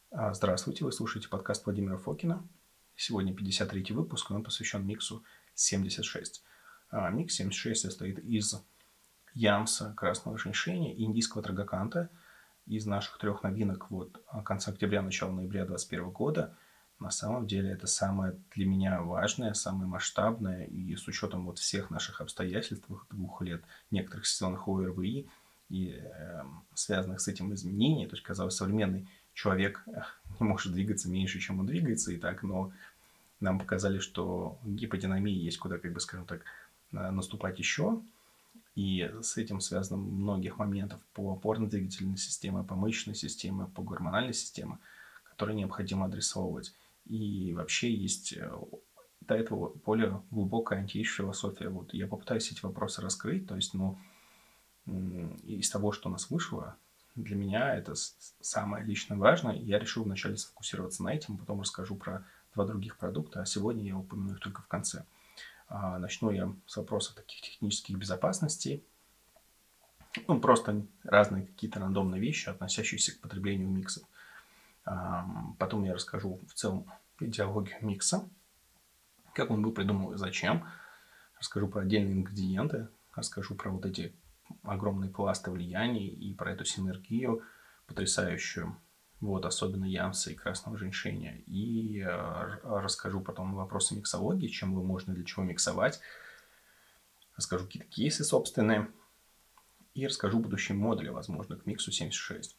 Здравствуйте, вы слушаете подкаст Владимира Фокина. Сегодня 53-й выпуск, и он посвящен миксу 76. Микс 76 состоит из ямса, красного женьшеня и индийского трагаканта. Из наших трех новинок конца октября, начала ноября 2021 года. На самом деле это самое для меня важное, самое масштабное, и с учетом всех наших обстоятельств 2 лет, некоторых сезонных ОРВИ и связанных с этим изменений, то есть, казалось, современный человек не может двигаться меньше, чем он двигается, и так, но нам показали, что гиподинамии есть куда, наступать еще, и с этим связано многих моментов по опорно-двигательной системе, по мышечной системе, по гормональной системе, которые необходимо адресовывать. И вообще есть до этого более глубокая антиэйдж-философия. Я попытаюсь эти вопросы раскрыть, то есть, из того, что у нас вышло, для меня это самое лично важное. Я решил вначале сфокусироваться на этом, потом расскажу про 2 других продукта, а сегодня я упомяну их только в конце. Начну я с вопроса таких технических безопасностей. Просто разные какие-то рандомные вещи, относящиеся к потреблению миксов. Потом я расскажу в целом идеологию микса, как он был придуман и зачем. Расскажу про отдельные ингредиенты, расскажу про эти огромные пласты влияний и про эту синергию потрясающую, особенно ямса и красного женьшеня. И расскажу потом вопросы миксологии, чем его можно, для чего миксовать. Расскажу какие-то кейсы собственные. И расскажу будущие модули, возможно, к миксу 76.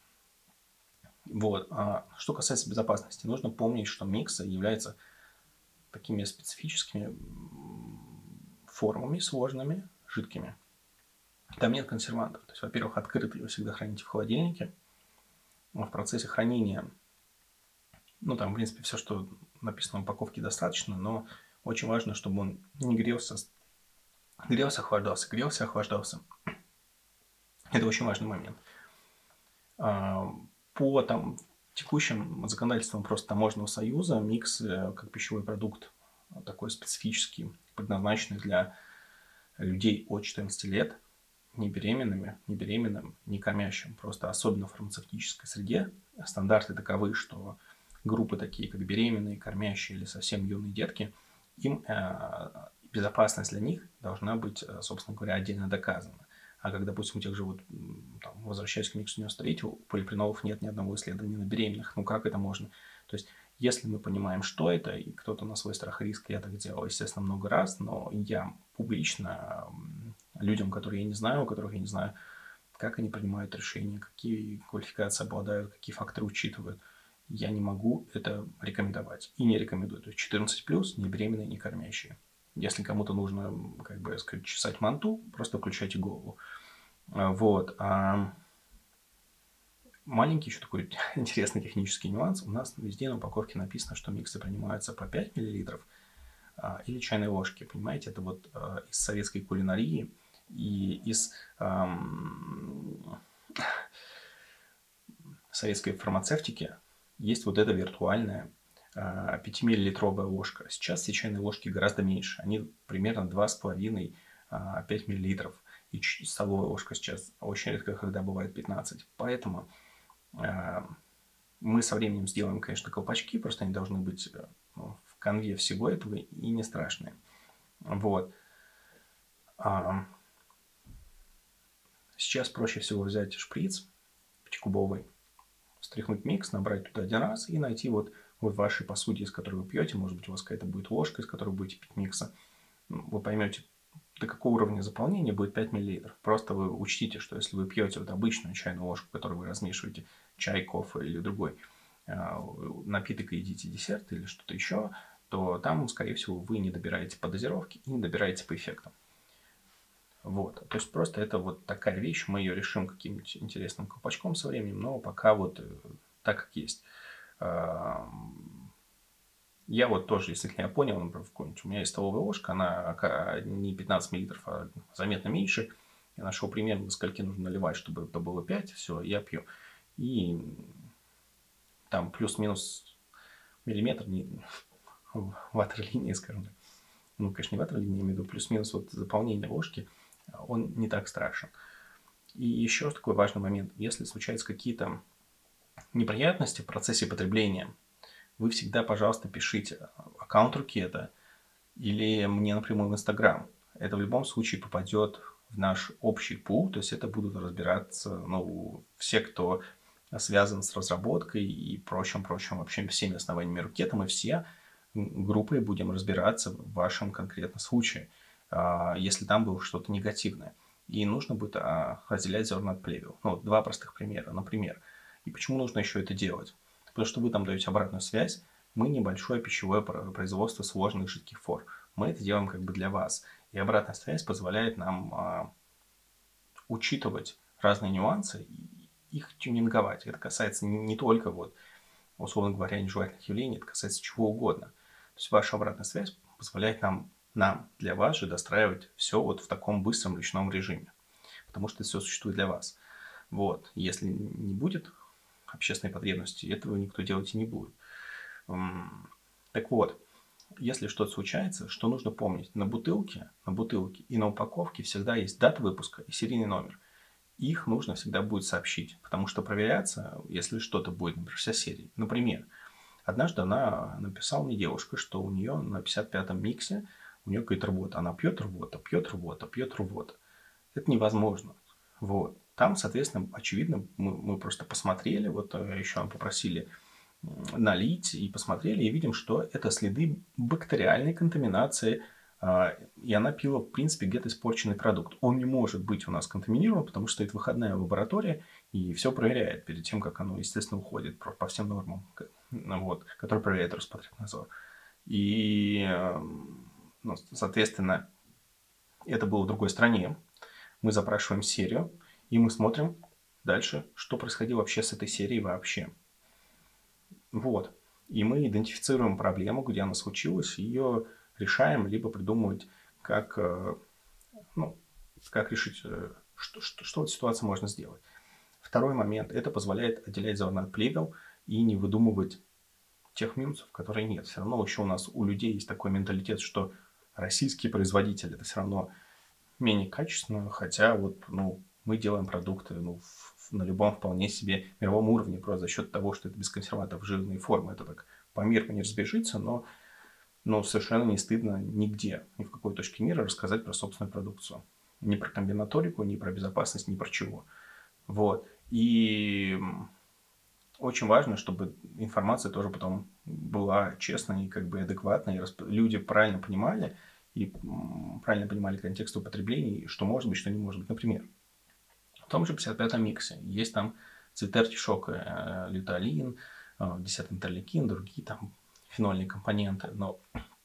Что касается безопасности, нужно помнить, что миксы являются такими специфическими формами, сложными, жидкими. Там нет консервантов. То есть, во-первых, открытый его всегда храните в холодильнике. В процессе хранения, там, в принципе, все, что написано в упаковке, достаточно, но очень важно, чтобы он не грелся, охлаждался. Это очень важный момент. По текущим законодательствам просто таможенного союза микс как пищевой продукт такой специфический, предназначенный для людей от 14 лет, не беременным, не кормящим. Просто особенно в фармацевтической среде стандарты таковы, что группы такие, как беременные, кормящие или совсем юные детки, им безопасность для них должна быть, собственно говоря, отдельно доказана. А как, допустим, у тех же, возвращаясь к миксу 93, у полипринолов нет ни одного исследования на беременных. Как это можно? То есть, если мы понимаем, что это, и кто-то на свой страх и риск, я так делал, естественно, много раз, но я публично людям, у которых я не знаю, как они принимают решения, какие квалификации обладают, какие факторы учитывают, я не могу это рекомендовать. И не рекомендую. То есть 14+, не беременные, не кормящие. Если кому-то нужно, чесать манту, просто включайте голову. Маленький еще такой интересный технический нюанс. У нас везде на упаковке написано, что миксы принимаются по 5 мл или чайной ложки. Понимаете, это из советской кулинарии и из советской фармацевтики есть эта виртуальная 5-миллилитровая ложка. Сейчас все чайные ложки гораздо меньше. Они примерно 2,5-5 мл. И столовая ложка сейчас очень редко, когда бывает 15. Поэтому мы со временем сделаем, конечно, колпачки, просто они должны быть в конве всего этого и не страшные. Сейчас проще всего взять шприц 5-кубовый, встряхнуть микс, набрать туда 1 раз и найти в вашей посуде, из которой вы пьете, может быть, у вас какая-то будет ложка, из которой вы будете пить микса, вы поймете, до какого уровня заполнения будет 5 мл. Просто вы учтите, что если вы пьете обычную чайную ложку, которой вы размешиваете чай, кофе или другой напиток и едите десерт или что-то еще, то там, скорее всего, вы не добираете по дозировке и не добираете по эффектам. То есть просто это такая вещь, мы ее решим каким-нибудь интересным колпачком со временем, но пока так, как есть. Я тоже, если я понял, например, у меня есть столовая ложка, она не 15 мл, а заметно меньше. Я нашел примерно, до скольки нужно наливать, чтобы это было 5. Все, я пью. И там плюс-минус миллиметр ватерлинии, скажем так. Конечно, не ватерлинии, я имею в виду плюс-минус заполнение ложки, он не так страшен. И еще такой важный момент. Если случаются какие-то неприятности в процессе потребления, вы всегда, пожалуйста, пишите аккаунт Рукета или мне напрямую в Инстаграм. Это в любом случае попадет в наш общий пул, то есть это будут разбираться все, кто связан с разработкой и прочим, вообще всеми основаниями Рукета. Мы все группой будем разбираться в вашем конкретном случае, если там было что-то негативное. И нужно будет разделять зерна от плевел. Два простых примера. Например, и почему нужно еще это делать? Потому что вы там даете обратную связь. Мы небольшое пищевое производство сложных жидких форм. Мы это делаем как бы для вас. И обратная связь позволяет нам учитывать разные нюансы и их тюнинговать. Это касается не только, условно говоря, нежелательных явлений, это касается чего угодно. То есть ваша обратная связь позволяет нам для вас же достраивать все в таком быстром ручном режиме. Потому что это все существует для вас. Если не будет общественной потребности, этого никто делать и не будет. Так вот, если что-то случается, что нужно помнить? На бутылке и на упаковке всегда есть дата выпуска и серийный номер. Их нужно всегда будет сообщить, потому что проверяться, если что-то будет, например, вся серия. Например, однажды она написала мне девушка, что у нее на 55-м миксе у нее какая-то рвота. Она пьет рвота. Это невозможно. Там, соответственно, очевидно, мы просто посмотрели, еще попросили налить и посмотрели, и видим, что это следы бактериальной контаминации, и она пила, в принципе, где-то испорченный продукт. Он не может быть у нас контаминирован, потому что это выходная лаборатория, и все проверяет перед тем, как оно, естественно, уходит по всем нормам, которые проверяет Роспотребнадзор. И, соответственно, это было в другой стране. Мы запрашиваем серию, и мы смотрим дальше, что происходило вообще с этой серией вообще. И мы идентифицируем проблему, где она случилась, и ее решаем, либо придумывать, как решить, что в этой ситуации можно сделать. Второй момент. Это позволяет отделять зерна от плевел и не выдумывать тех минусов, которые нет. Все равно еще у людей есть такой менталитет, что российские производители это все равно менее качественно, хотя мы делаем продукты на любом вполне себе мировом уровне, просто за счет того, что это без консервантов жирные формы. Это так по миру не разбежится, но совершенно не стыдно нигде, ни в какой точке мира рассказать про собственную продукцию. Ни про комбинаторику, ни про безопасность, ни про чего. И очень важно, чтобы информация тоже потом была честной и адекватной, и люди правильно понимали, контекст употребления, что может быть, что не может быть. Например, в том же 55-м миксе есть там цветартишок, лютеолин, 10-й интерлейкин, другие там фенольные компоненты. Но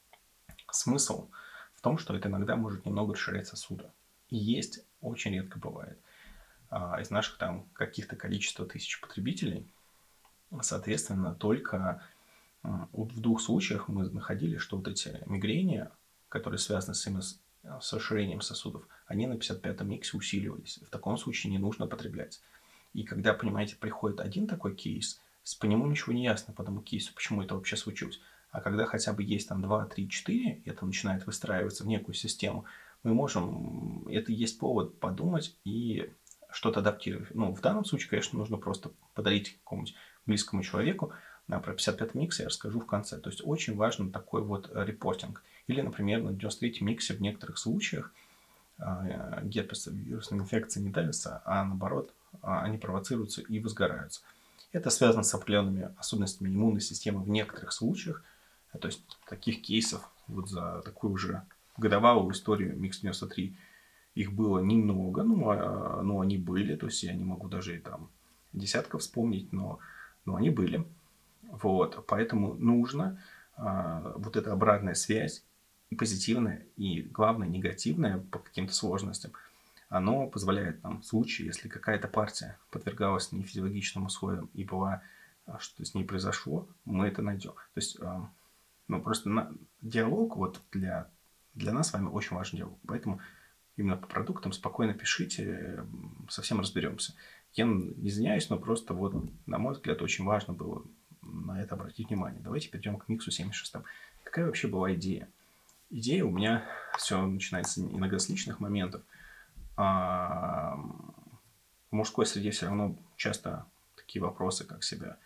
смысл в том, что это иногда может немного расширять сосуды. И есть, очень редко бывает, из наших там каких-то количества тысяч потребителей, соответственно, только в 2 случаях мы находили, что эти мигрени, которые связаны с расширением сосудов, они на 55-м миксе усиливались. В таком случае не нужно потреблять. И когда, понимаете, приходит один такой кейс, по нему ничего не ясно по этому кейсу, почему это вообще случилось. А когда хотя бы есть там 2, 3, 4, и это начинает выстраиваться в некую систему, мы можем, это есть повод подумать и что-то адаптировать. В данном случае, конечно, нужно просто подарить какому-нибудь близкому человеку. Про 55-й микс я расскажу в конце. То есть очень важен такой репортинг. Или, например, на 93-м миксе в некоторых случаях герпес вирусные инфекции не давятся, а наоборот, они провоцируются и возгораются. Это связано с определенными особенностями иммунной системы в некоторых случаях. То есть таких кейсов за такую уже годовалую историю микс 93 их было немного, но они были. То есть я не могу даже там десятков вспомнить, но они были. Поэтому нужно эта обратная связь, и позитивная, и, главное, негативная по каким-то сложностям. Оно позволяет нам в случае, если какая-то партия подвергалась нефизиологичным условиям и была, что с ней произошло, мы это найдем. То есть, просто диалог для нас с вами очень важный диалог. Поэтому именно по продуктам спокойно пишите, совсем разберемся. Я извиняюсь, но просто на мой взгляд, очень важно было на это обратить внимание. Давайте перейдем к миксу 76. Какая вообще была идея? Идея у меня все начинается иногда с личных моментов. В мужской среде все равно часто такие вопросы, как себя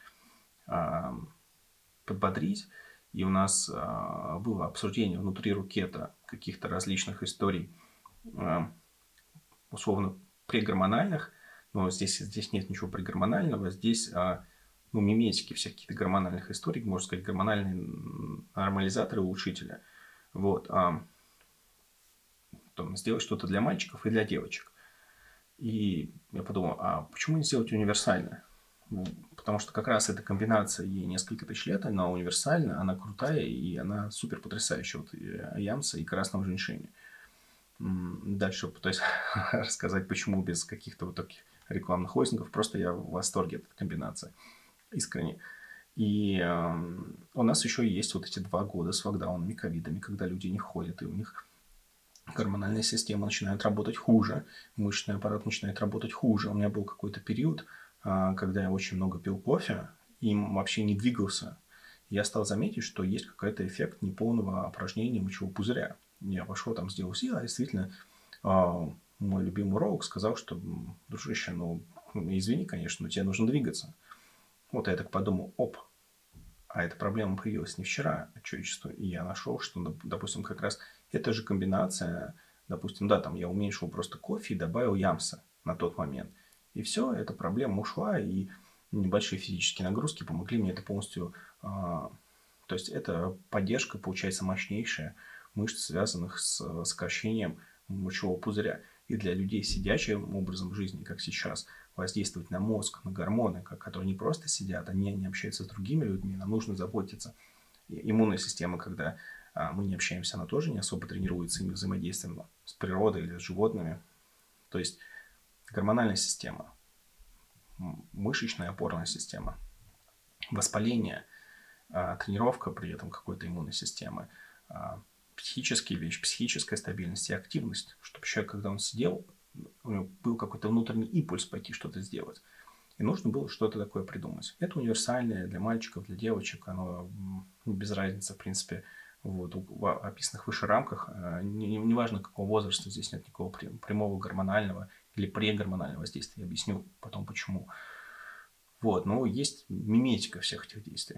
подбодрить. И у нас было обсуждение внутри Рукета каких-то различных историй, условно, прегормональных. Но здесь нет ничего прегормонального. Здесь миметики всяких гормональных историй, можно сказать, гормональные нормализаторы улучшителя. Вот. Сделать что-то для мальчиков и для девочек. И я подумал, а почему не сделать универсально? Потому что как раз эта комбинация, ей несколько тысяч лет, она универсальна, она крутая и она супер потрясающая. Вот Ямса и красного женьшеня. Дальше попытаюсь рассказать, почему без каких-то вот таких рекламных лозунгов. Просто я в восторге от этой комбинации. Искренне. И у нас еще есть вот эти 2 года с локдаунами, ковидами, когда люди не ходят, и у них гормональная система начинает работать хуже, мышечный аппарат начинает работать хуже. У меня был какой-то период, когда я очень много пил кофе и вообще не двигался. Я стал заметить, что есть какой-то эффект неполного опорожнения мочевого пузыря. Я пошел там, сделал УЗИ, а действительно мой любимый уролог сказал, что, дружище, извини, конечно, но тебе нужно двигаться. Вот я так подумал, а эта проблема появилась не вчера, человечеству. И я нашел, что, допустим, как раз эта же комбинация, допустим, там я уменьшил просто кофе и добавил ямса на тот момент. И все, эта проблема ушла, и небольшие физические нагрузки помогли мне это полностью... То есть, это поддержка, получается, мощнейшая мышц, связанных с сокращением мочевого пузыря. И для людей с сидячим образом жизни, как сейчас, воздействовать на мозг, на гормоны, которые не просто сидят, они не общаются с другими людьми, нам нужно заботиться. Иммунная система, когда мы не общаемся, она тоже не особо тренируется, и мы взаимодействуем с природой или с животными. То есть гормональная система, мышечная опорная система, воспаление, тренировка при этом какой-то иммунной системы, психические вещи, психическая стабильность и активность, чтобы человек, когда он сидел, у него был какой-то внутренний импульс пойти что-то сделать. И нужно было что-то такое придумать. Это универсальное для мальчиков, для девочек. Оно без разницы, в принципе, в описанных выше рамках. Неважно, какого возраста, здесь нет никакого прямого гормонального или прегормонального воздействия. Я объясню потом, почему. Есть миметика всех этих действий.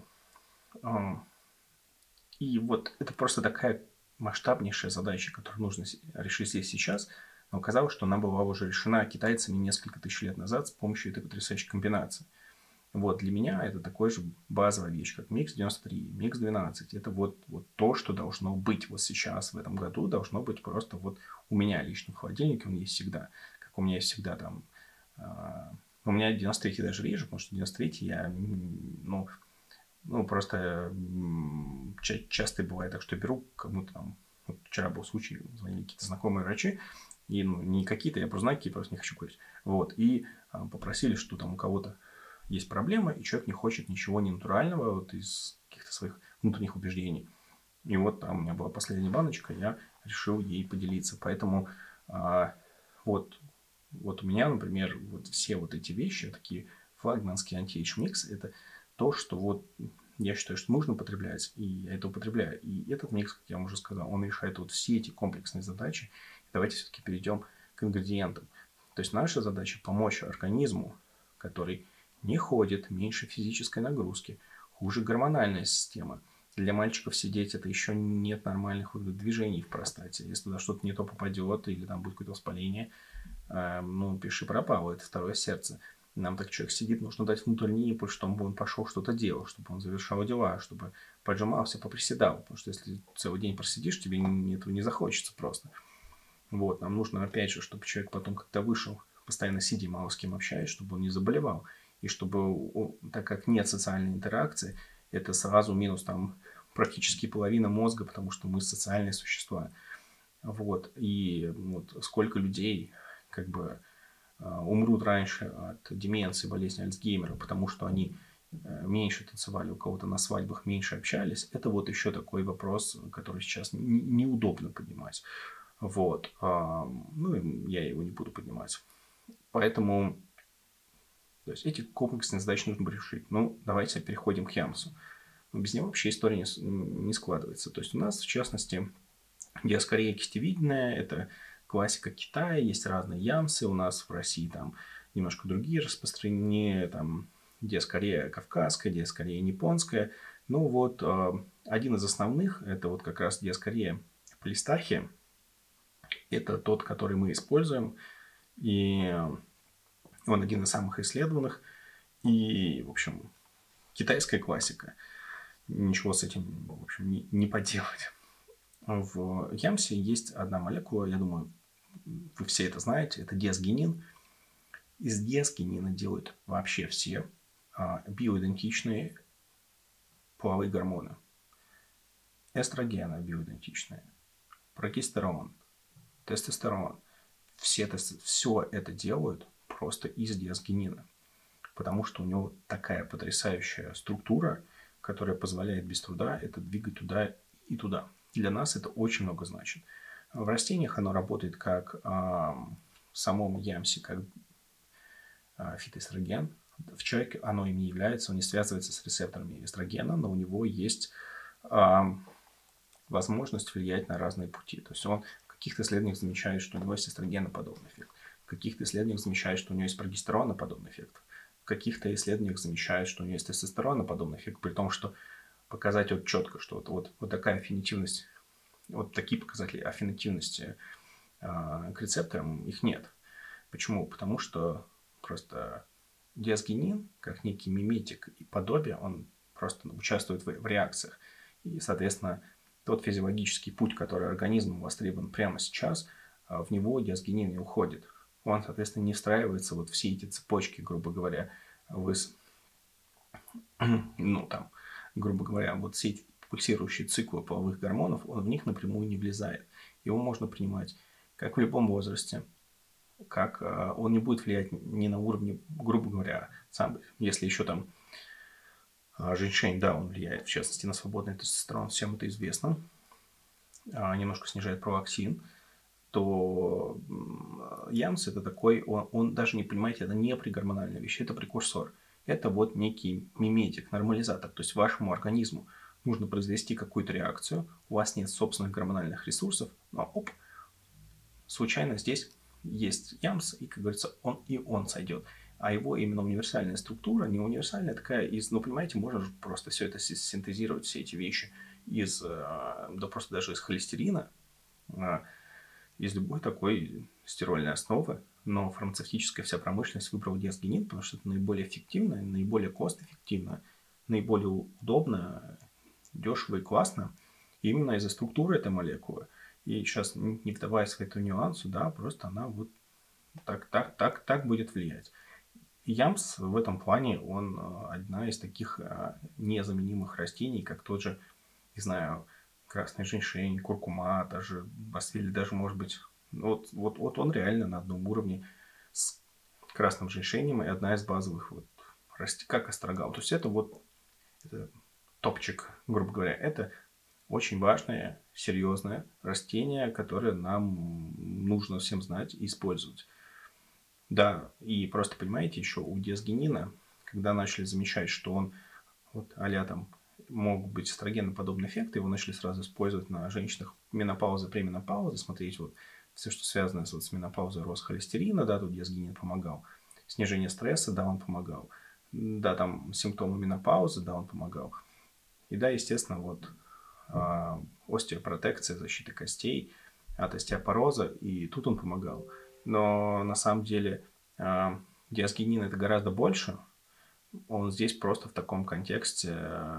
И это просто такая масштабнейшая задача, которую нужно решить здесь сейчас. Но оказалось, что она была уже решена китайцами несколько тысяч лет назад с помощью этой потрясающей комбинации. Для меня это такой же базовая вещь, как Микс-93, Микс-12. Это то, что должно быть сейчас, в этом году, должно быть просто у меня лично в холодильнике, он есть всегда. Как у меня есть всегда там... у меня 93-й даже реже, потому что 93-й я, просто часто бывает так, что беру кому-то там... вчера был случай, звонили какие-то знакомые врачи, и не какие-то, я просто знаю, какие, просто не хочу говорить. И попросили, что там у кого-то есть проблема, и человек не хочет ничего ненатурального из каких-то своих внутренних убеждений. И там у меня была последняя баночка, я решил ей поделиться. Поэтому у меня, например, все эти вещи, такие флагманские анти-эйдж микс, это то, что я считаю, что нужно употреблять, и я это употребляю. И этот микс, как я вам уже сказал, он решает все эти комплексные задачи. Давайте все-таки перейдем к ингредиентам. То есть наша задача помочь организму, который не ходит, меньше физической нагрузки, хуже гормональная система. Для мальчиков сидеть это еще нет нормальных движений в простате. Если туда что-то не то попадет или там будет какое-то воспаление, пиши пропало, это второе сердце. Нам так человек сидит, нужно дать внутренний импульс, чтобы он пошел что-то делал, чтобы он завершал дела, чтобы поджимался, поприседал. Потому что если целый день просидишь, тебе этого не захочется просто. Нам нужно, опять же, чтобы человек потом как-то вышел, постоянно сидя, мало с кем общаясь, чтобы он не заболевал. И чтобы, так как нет социальной интеракции, это сразу минус практически половина мозга, потому что мы социальные существа. И сколько людей умрут раньше от деменции, болезни Альцгеймера, потому что они меньше танцевали, у кого-то на свадьбах меньше общались. Это еще такой вопрос, который сейчас неудобно поднимать. Я его не буду поднимать. Поэтому эти комплексные задачи нужно решить. Давайте переходим к Ямсу. Без него вообще история не складывается. То есть у нас, в частности, диаскория кистевидная, это классика Китая, есть разные ямсы. У нас в России немножко другие распространения, диаскория кавказская, диаскория японская. Ну вот один из основных, это вот как раз диаскория полистахия. Это тот, который мы используем, и он один из самых исследованных. И, в общем, китайская классика. Ничего с этим, в общем, не поделать. В ямсе есть одна молекула, я думаю, вы все это знаете, это диазгенин. Из диазгенина делают вообще все биоидентичные половые гормоны. Эстрогены биоидентичные, прогестерон, тестостерон. Все это делают просто из диазгенина. Потому что у него такая потрясающая структура, которая позволяет без труда это двигать туда и туда. Для нас это очень много значит. В растениях оно работает как в самом ямсе, как фитоэстроген. В человеке оно им не является, он не связывается с рецепторами эстрогена, но у него есть возможность влиять на разные пути. То есть он в каких-то исследованиях замечает, что у него есть эстрогеноподобный эффект. В каких-то исследованиях замечает, что у него есть прогестероноподобный эффект. В каких-то исследованиях замечают, что у него есть тестостероноподобный эффект, при том, что показать вот четко, что вот такая аффинитивность, вот такие показатели аффинитивности к рецепторам, их нет. Почему? Потому что просто диазгенин, как некий миметик и подобие, он просто участвует в реакциях. И, соответственно, тот физиологический путь, который организму востребован прямо сейчас, в него диазгенин не уходит. Он, соответственно, не встраивается вот все эти цепочки, грубо говоря, грубо говоря, вот все эти пульсирующие циклы половых гормонов, он в них напрямую не влезает. Его можно принимать как в любом возрасте, как он не будет влиять ни на уровне, грубо говоря, сам, если еще там женьшень, да, он влияет, в частности, на свободный тестостерон, всем это известно, немножко снижает пролактин, то ямс это такой, он даже не, понимаете, это не пригормональная вещь, это прекурсор. Это вот некий миметик, нормализатор. То есть вашему организму нужно произвести какую-то реакцию, у вас нет собственных гормональных ресурсов, но случайно здесь есть ямс, и, как говорится, он сойдет. А его именно универсальная структура, не универсальная, такая понимаете, можно же просто все это синтезировать, все эти вещи просто даже из холестерина, из любой такой стирольной основы, но фармацевтическая вся промышленность выбрала диазгенин, потому что это наиболее эффективно, наиболее кост-эффективно, наиболее удобно, дешево и классно. И именно из-за структуры этой молекулы. И сейчас, не вдаваясь в эту нюансу, да, просто она вот так будет влиять. И ямс в этом плане, он одна из таких незаменимых растений, как тот же, не знаю, красный женьшень, куркума, даже басвиль, даже, может быть, вот он реально на одном уровне с красным женьшенем и одна из базовых как астрагал. То есть это топчик, грубо говоря. Это очень важное, серьезное растение, которое нам нужно всем знать и использовать. Да, и просто понимаете, еще у диазгенина, когда начали замечать, что он а-ля там могут быть эстрогеноподобные эффекты, его начали сразу использовать на женщинах менопаузы, пременопаузы, смотреть все, что связано с менопаузой, рост холестерина, да, тут диазгенин помогал, снижение стресса, да, он помогал, да, там симптомы менопаузы, да, он помогал. И да, естественно, остеопротекция, защита костей от остеопороза, и тут он помогал. Но на самом деле диазгенин это гораздо больше. Он здесь просто в таком контексте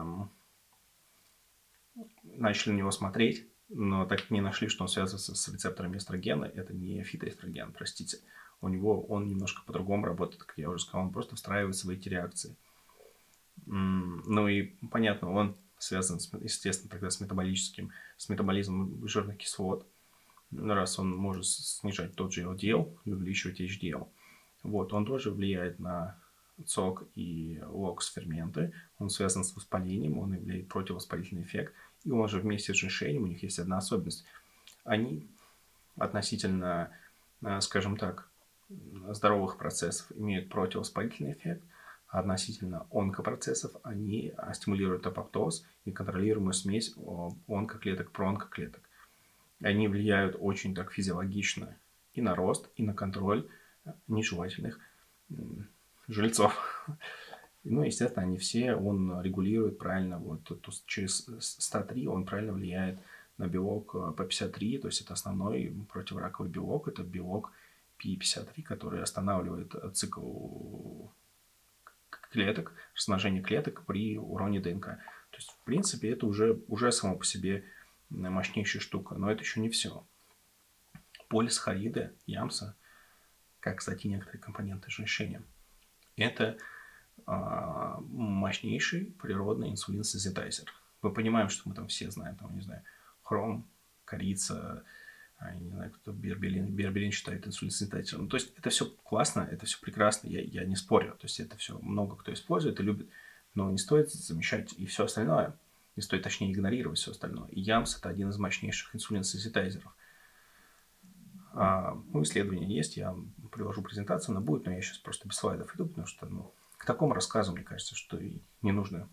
начали на него смотреть, но так не нашли, что он связывается с рецепторами эстрогена. Это не фитоэстроген, простите. Он немножко по-другому работает, как я уже сказал. Он просто встраивается в эти реакции. Ну и понятно, он связан, естественно, тогда с метаболизмом жирных кислот. Раз он может снижать тот же LDL и увеличивать HDL. Он тоже влияет на ЦОК и ЛОКС ферменты. Он связан с воспалением, он имеет противовоспалительный эффект. И он же вместе с женьшенем, у них есть одна особенность. Они относительно, скажем так, здоровых процессов имеют противовоспалительный эффект, а относительно онкопроцессов они стимулируют апоптоз и контролируемую смесь онкоклеток, проонкоклеток. Они влияют очень так физиологично и на рост, и на контроль нежелательных жильцов. Ну, естественно, они все, он регулирует правильно, вот, то есть через STA3 он правильно влияет на белок P53, то есть это основной противораковый белок, это белок P53, который останавливает цикл клеток, размножение клеток при уроне ДНК. То есть, в принципе, это уже само по себе мощнейшая штука, но это еще не все. Полисахариды, ямса, как, кстати, некоторые компоненты женьшеня, это мощнейший природный инсулин-синтезатор. Мы понимаем, что мы там все знаем, там, не знаю, хром, корица, не знаю, кто берберин считает инсулин-синтезатором. То есть это все классно, это все прекрасно, я не спорю. То есть это все много кто использует и любит, но не стоит замещать и все остальное. Не стоит, точнее, игнорировать все остальное. И ямс – это один из мощнейших инсулин-синтезаторов. Исследования есть, я приложу презентацию, она будет, но я сейчас просто без слайдов иду, потому что к такому рассказу, мне кажется, что и не нужно,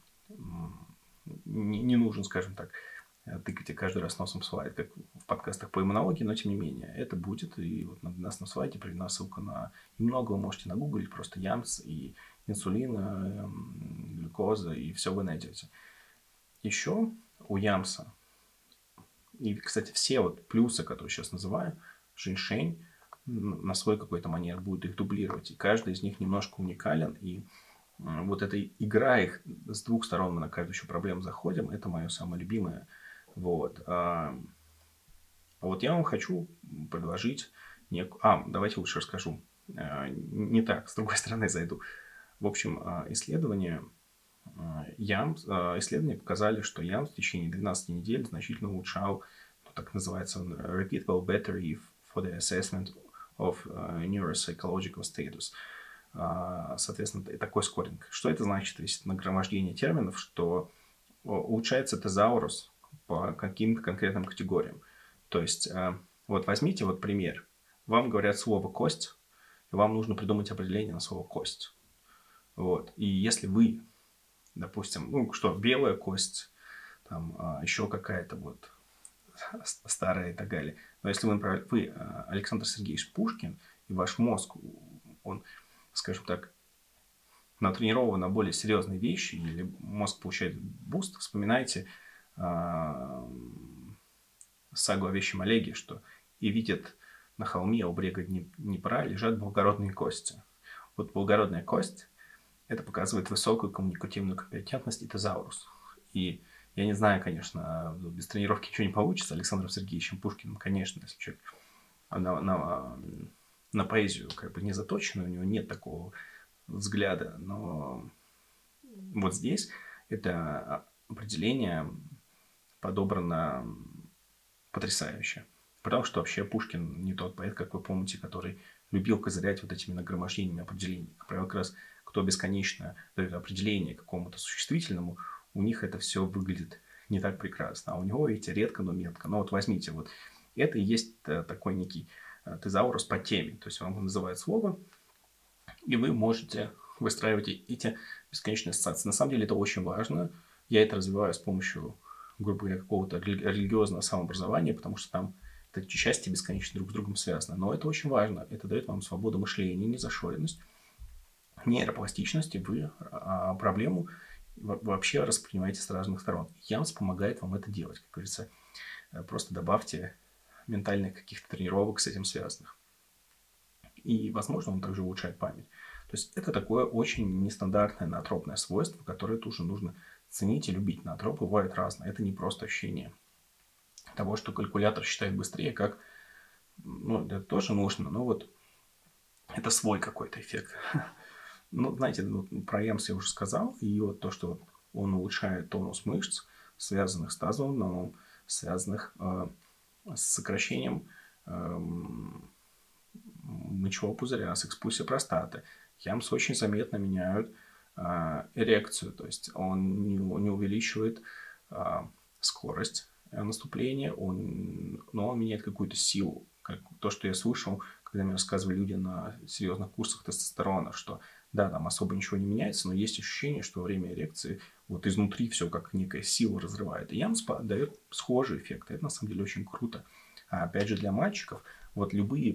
скажем так, тыкать и каждый раз носом слайд, как в подкастах по иммунологии, но тем не менее, это будет, и вот у нас на слайде приведена ссылка на и много вы можете нагуглить, просто ямс и инсулин, глюкоза, и все вы найдете. Еще у ямса, и, кстати, все вот плюсы, которые сейчас называю, женьшень на свой какой-то манер будет их дублировать. И каждый из них немножко уникален. И вот эта игра их с двух сторон, мы на каждую еще проблему заходим. Это мое самое любимое. Вот. Вот я вам хочу предложить давайте лучше расскажу. Не так, с другой стороны зайду. В общем, исследования показали, что ямс в течение 12 недель значительно улучшал, так называется, repeatable battery for the assessment of neuropsychological status. Соответственно, такой скоринг. Что это значит? Есть нагромождение терминов, что улучшается тезаурус по каким-то конкретным категориям. То есть, вот возьмите вот пример. Вам говорят слово «кость», и вам нужно придумать определение на слово «кость». Вот. И если вы, допустим, белая кость, там еще какая-то вот старая и так далее. Но если вы Александр Сергеевич Пушкин, и ваш мозг, он, скажем так, натренирован на более серьезные вещи, или мозг получает буст, вспоминайте сагу о вещем Олеге, что и видят на холме у брега Днепра лежат благородные кости. Вот благородная кость – это показывает высокую коммуникативную компетентность и тезаурус. И я не знаю, конечно, без тренировки ничего не получится. Александром Сергеевичем Пушкиным, конечно, если человек на поэзию как бы не заточен, у него нет такого взгляда. Но вот здесь это определение подобрано потрясающе. Потому что вообще Пушкин не тот поэт, как вы помните, который любил козырять вот этими нагромождениями определений. Как правило, как раз кто бесконечно дает определение какому-то существительному, у них это все выглядит не так прекрасно. А у него, видите, редко, но метко. Но вот возьмите, вот это и есть такой некий тезаурус по теме. То есть вам называют слово, и вы можете выстраивать эти бесконечные ассоциации. На самом деле это очень важно. Я это развиваю с помощью, грубо говоря, какого-то религиозного самообразования, потому что там эти части бесконечно друг с другом связаны. Но это очень важно. Это дает вам свободу мышления, незашоренность, нейропластичность, и вы проблему вообще воспринимаете с разных сторон. Ямс помогает вам это делать. Как говорится, просто добавьте ментальных каких-то тренировок с этим связанных. И, возможно, он также улучшает память. То есть это такое очень нестандартное ноотропное свойство, которое тоже нужно ценить и любить. Ноотропы бывают разные. Это не просто ощущение того, что калькулятор считает быстрее, как... это тоже нужно, но вот это свой какой-то эффект. Знаете, про ямс я уже сказал, и вот то, что он улучшает тонус мышц, связанных с тазовым дном, связанных с сокращением мочевого пузыря, с экспульсией простаты. Ямс очень заметно меняют эрекцию, то есть он не увеличивает скорость наступления, но он меняет какую-то силу. Как то, что я слышал, когда мне рассказывали люди на серьезных курсах тестостерона, что да, там особо ничего не меняется, но есть ощущение, что во время эрекции вот изнутри все как некая сила разрывает. И ямс дает схожий эффект. Это на самом деле очень круто. А опять же для мальчиков вот любые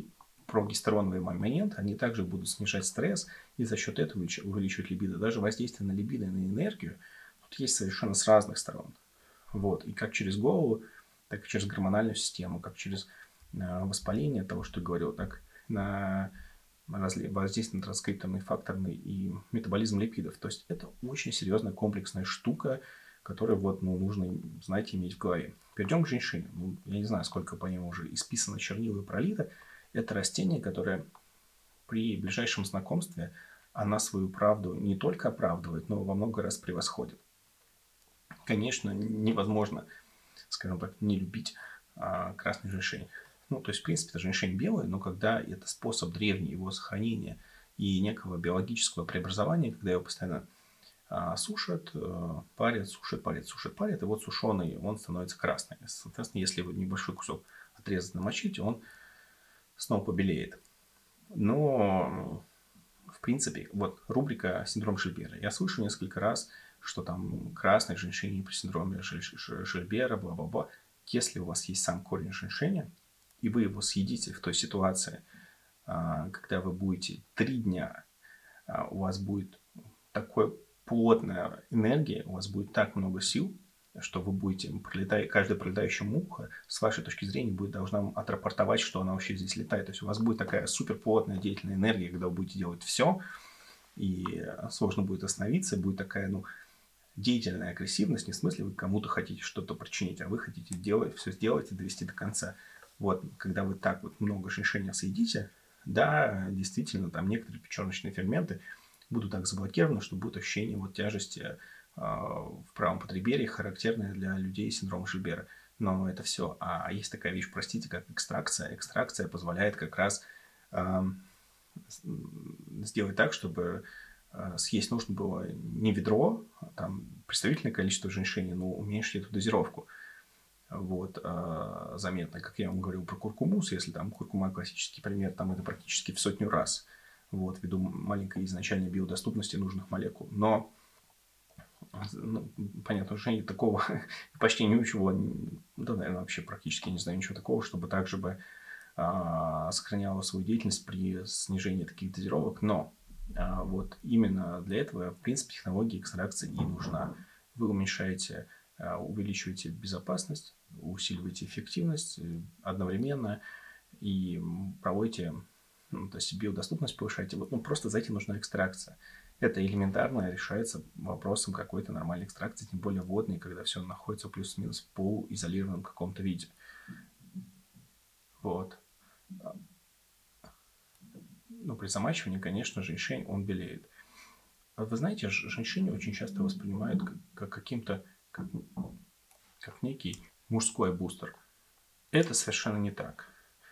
прогестероновый момент, они также будут снижать стресс и за счет этого увеличивать либидо. Даже воздействие на либидо и на энергию тут есть совершенно с разных сторон. Вот. И как через голову, так и через гормональную систему, как через воспаление того, что я говорил, так на воздействие на транскриптомный факторный и метаболизм липидов. То есть это очень серьезная комплексная штука, которую нужно, знаете, иметь в голове. Перейдем к женьшеню. Я не знаю, сколько по нему уже исписано чернила и пролито. Это растение, которое при ближайшем знакомстве она свою правду не только оправдывает, но во много раз превосходит. Конечно, невозможно, скажем так, не любить красный женьшень. То есть, в принципе, это женьшень белый, но когда это способ древний его сохранения и некого биологического преобразования, когда его постоянно сушат, парят, сушат, парят, сушат, парят, и вот сушеный он становится красный. Соответственно, если его небольшой кусок отрезать, намочить, он снова побелеет. Но, в принципе, вот рубрика «Синдром Жильбера». Я слышу несколько раз, что там красный женьшень при синдроме Жильбера, бла-бла-бла. Если у вас есть сам корень женьшеня, и вы его съедите в той ситуации, когда вы будете 3 дня, у вас будет такая плотная энергия, у вас будет так много сил, что вы будете, каждая пролетающая муха, с вашей точки зрения, должна вам отрапортовать, что она вообще здесь летает. То есть у вас будет такая суперплотная деятельная энергия, когда вы будете делать все, и сложно будет остановиться, будет такая, деятельная агрессивность, не в смысле вы кому-то хотите что-то причинить, а вы хотите все сделать и довести до конца. Вот, когда вы так вот много женьшеня съедите, да, действительно, там некоторые печеночные ферменты будут так заблокированы, что будет ощущение тяжести в правом подреберье, характерное для людей с синдромом Жильбера. Но это все. А есть такая вещь, простите, как экстракция. Экстракция позволяет как раз сделать так, чтобы съесть нужно было не ведро, а там представительное количество женьшеня, но уменьшить эту дозировку. Заметно, как я вам говорил про куркумус, если там куркума классический пример, там это практически в 100 раз, ввиду маленькой изначальной биодоступности нужных молекул. Но, понятно, что нет такого, почти ничего, наверное, вообще практически не знаю ничего такого, чтобы также бы сохраняло свою деятельность при снижении таких дозировок, но именно для этого, в принципе, технология экстракции и нужна. Вы увеличиваете безопасность, усиливаете эффективность одновременно и проводите, то есть биодоступность повышаете. Просто за этим нужна экстракция. Это элементарно решается вопросом какой-то нормальной экстракции, тем более водной, когда все находится плюс-минус в полуизолированном каком-то виде. При замачивании, конечно, женьшень, он белеет. Вы знаете, женьшень очень часто воспринимают как некий мужской бустер. Это совершенно не так.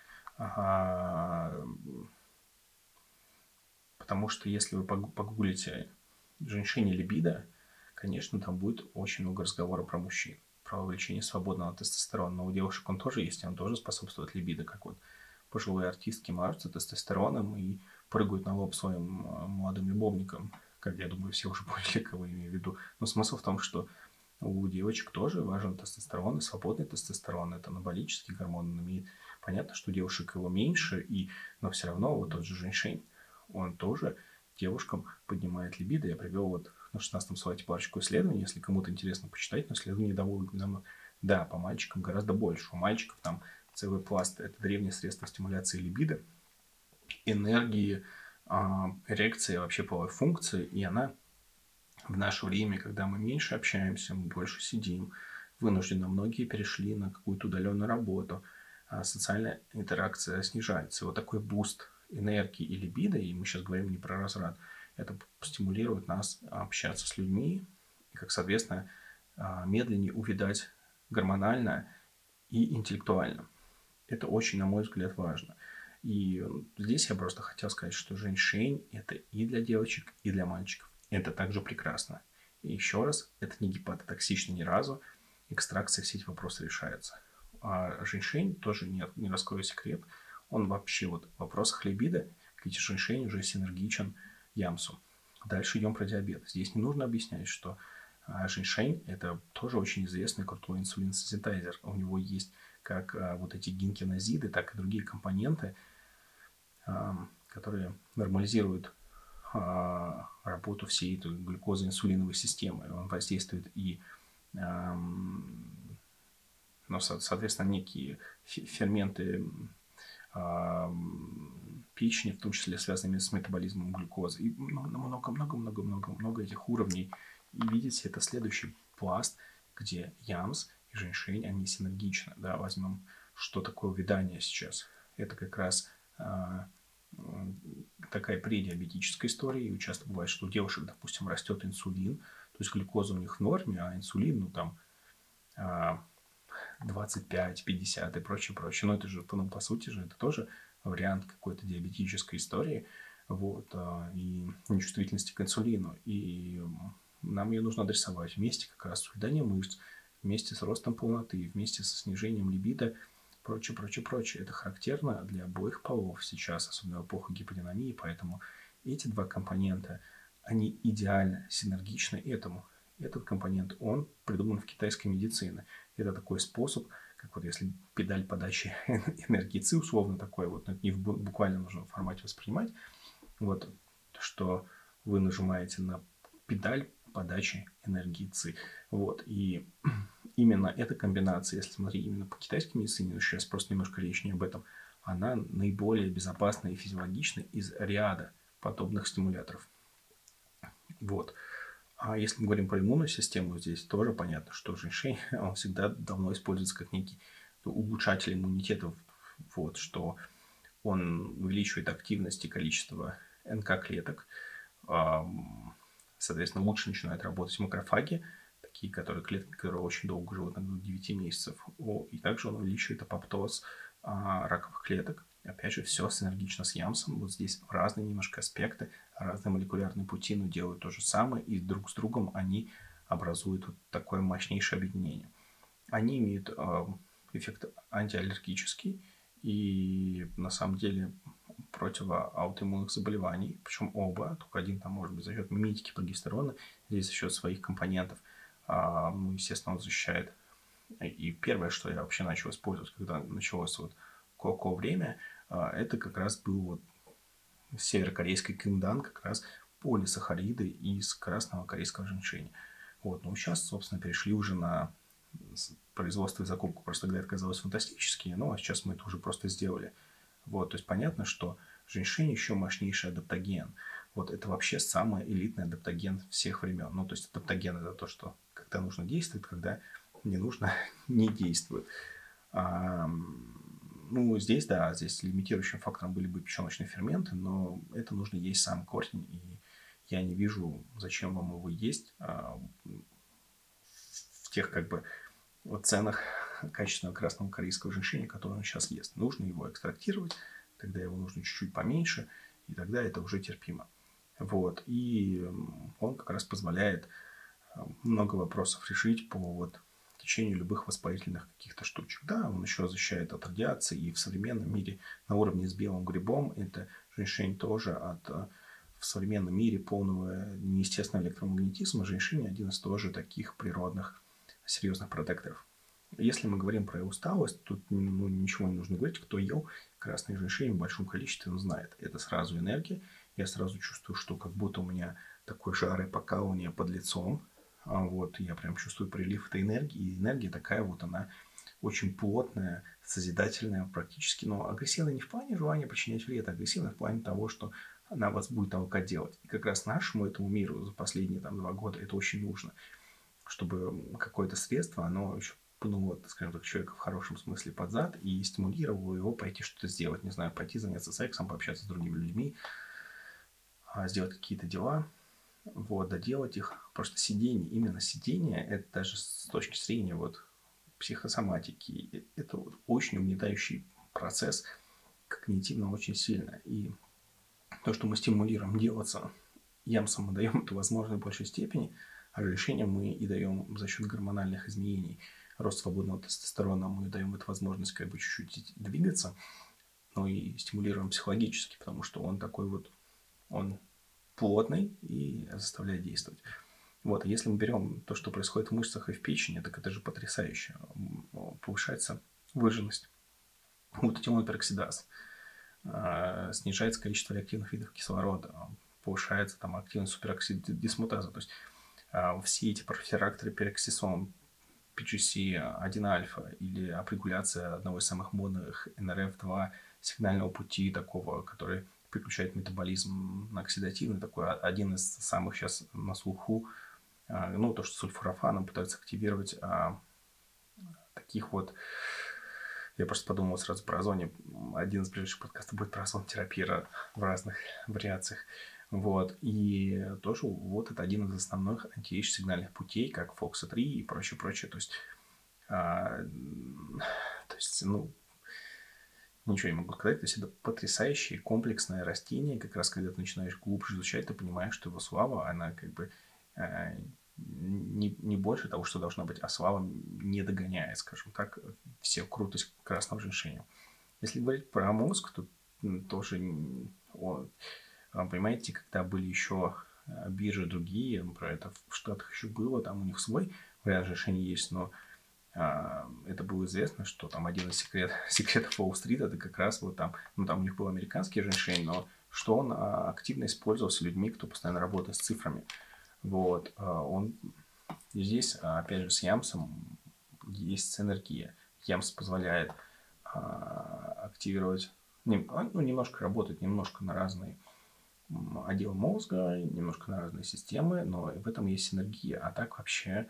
Потому что если вы погуглите женьшень и либидо, конечно, там будет очень много разговора про мужчин, про увеличение свободного тестостерона. Но у девушек он тоже есть, и он тоже способствует либидо, как пожилые артистки мажутся тестостероном и прыгают на лоб своим молодым любовникам. Как я думаю, все уже поняли, кого я имею в виду. Но смысл в том, что у девочек тоже важен тестостерон, и свободный тестостерон. Это анаболический гормон. Он имеет... Понятно, что у девушек его меньше, но все равно тот же женьшень, он тоже девушкам поднимает либидо. Я привел на 16-м слайде парочку исследований. Если кому-то интересно почитать, но исследования довольно... Да, по мальчикам гораздо больше. У мальчиков там целый пласт. Это древнее средство стимуляции либидо, энергии, эрекции, вообще половой функции. И она в наше время, когда мы меньше общаемся, мы больше сидим, вынужденно многие перешли на какую-то удаленную работу, социальная интеракция снижается. Такой буст энергии и либидо, и мы сейчас говорим не про разряд, это стимулирует нас общаться с людьми, и, как соответственно, медленнее увядать гормонально и интеллектуально. Это очень, на мой взгляд, важно. И здесь я просто хотел сказать, что женьшень – это и для девочек, и для мальчиков. Это также прекрасно. И еще раз, это не гепатотоксично ни разу. Экстракция все эти вопросы решается. А женьшень тоже не раскрою секрет. Он вообще в вопросах либидо, ведь женьшень уже синергичен ямсу. Дальше идем про диабет. Здесь не нужно объяснять, что женьшень – это тоже очень известный крутой инсулинсенситайзер. У него есть как эти гинкинозиды, так и другие компоненты, которые нормализируют работу всей этой глюкозо-инсулиновой системы. Он воздействует и, соответственно, некие ферменты печени, в том числе связанными с метаболизмом глюкозы. И много этих уровней. И видите, это следующий пласт, где ямс и женьшень, они синергичны. Да? Возьмем, что такое увядание сейчас. Это как раз такая предиабетическая история. И часто бывает, что у девушек, допустим, растет инсулин, то есть глюкоза у них в норме, а инсулин, 25, 50 и прочее. Но это же, по сути же, это тоже вариант какой-то диабетической истории, и нечувствительности к инсулину. И нам ее нужно адресовать вместе как раз с увяданием мышц, вместе с ростом полноты, вместе со снижением либидо, прочее. Это характерно для обоих полов сейчас, особенно в эпоху гиподинамии, поэтому эти два компонента, они идеально синергичны этому. Этот компонент, он придуман в китайской медицине. Это такой способ, как если педаль подачи энергии ЦИ, условно такой, но это не в буквально нужном формате воспринимать, что вы нажимаете на педаль подачи энергии ЦИ. И именно эта комбинация, если смотреть именно по китайской медицине, сейчас просто немножко речь не об этом, она наиболее безопасна и физиологична из ряда подобных стимуляторов. А если мы говорим про иммунную систему, здесь тоже понятно, что женьшень, он всегда давно используется как некий улучшатель иммунитета, что он увеличивает активность и количество НК-клеток, соответственно, лучше начинают работать макрофаги, такие клетки, которые очень долго живут, до 9 месяцев, и также он увеличивает апоптоз раковых клеток. Опять же, все синергично с ямсом. Здесь разные немножко аспекты, разные молекулярные пути, но делают то же самое, и друг с другом они образуют такое мощнейшее объединение. Они имеют эффект антиаллергический и на самом деле против аутоиммунных заболеваний, причем оба, только один может быть за счет миметики прогестерона, здесь за счет своих компонентов, естественно, он защищает. И первое, что я вообще начал использовать, когда началось ко время, это как раз был северокорейский кындан, как раз полисахариды из красного корейского женьшеня. Но сейчас, собственно, перешли уже на производство и закупку. Просто тогда это казалось фантастически, а сейчас мы это уже просто сделали. То есть понятно, что женьшень еще мощнейший адаптоген. Это вообще самый элитный адаптоген всех времен. То есть адаптоген — это то, что когда нужно действует, когда не нужно не действует. Здесь лимитирующим фактором были бы печеночные ферменты, но это нужно есть сам корень, и я не вижу, зачем вам его есть в тех ценах качественного красного корейского женьшеня, который он сейчас ест. Нужно его экстрактировать, тогда его нужно чуть-чуть поменьше, и тогда это уже терпимо. И он как раз позволяет много вопросов решить по течению любых воспалительных каких-то штучек. Да, он еще защищает от радиации, и в современном мире на уровне с белым грибом это женьшень тоже в современном мире полного неестественного электромагнетизма. Женьшень один из тоже таких природных серьезных протекторов. Если мы говорим про усталость, тут ничего не нужно говорить. Кто ел красный женьшень в большом количестве, он знает. Это сразу энергия. Я сразу чувствую, что как будто у меня такой жар и покалывание под лицом. Я прям чувствую прилив этой энергии. И энергия такая она очень плотная, созидательная практически. Но агрессивная не в плане желания причинять вред, а агрессивная в плане того, что она вас будет толкать делать. И как раз нашему этому миру за последние 2 года это очень нужно. Чтобы какое-то средство, оно еще скажем так, человека в хорошем смысле под зад и стимулировало его пойти что-то сделать. Не знаю, пойти заняться сексом, пообщаться с другими людьми, сделать какие-то дела. Доделать их. Просто сидение, именно сидение, это даже с точки зрения психосоматики, это очень угнетающий процесс, когнитивно очень сильно. И то, что мы стимулируем делаться, ямсом мы даем эту возможность в большей степени, а женьшеням мы и даем за счет гормональных изменений, рост свободного тестостерона, мы даем эту возможность чуть-чуть двигаться, но и стимулируем психологически, потому что он такой он плотный и заставляет действовать. Если мы берем то, что происходит в мышцах и в печени, так это же потрясающе. Повышается выраженность глутатион пероксидаз. снижается количество реактивных видов кислорода, повышается там активность супероксидисмутаза. То есть все эти профилакторы пероксисон, PGC-1-альфа или апрегуляция одного из самых модных НРФ2 сигнального пути такого, который переключает метаболизм на оксидативный, такой один из самых сейчас на слуху, то, что сульфурафаном пытаются активировать таких вот. Я просто подумал сразу про озоне. Один из ближайших подкастов будет про озонотерапию в разных вариациях. Вот. И тоже вот это один из основных антиэйдж-сигнальных путей, как FOXA3 и прочее. То есть, ничего не могу сказать. То есть, это потрясающее комплексное растение. Как раз, когда ты начинаешь глубже изучать, ты понимаешь, что его слава, она как бы не больше того, что должна быть, а слава не догоняет, скажем так, всю крутость красного женьшеня. Если говорить про мозг, то тоже, понимаете, когда были еще биржи другие, про это в Штатах еще было, там у них свой вариант женьшеня есть, но это было известно, что там один из секретов Уолл-стрит, это как раз вот там, там у них был американский женьшень, но что он активно использовался людьми, кто постоянно работает с цифрами. Вот, он здесь, опять же, с Ямсом есть синергия. Ямс позволяет активировать, немножко работать, немножко на разные отделы мозга, немножко на разные системы, но в этом есть синергия. А так вообще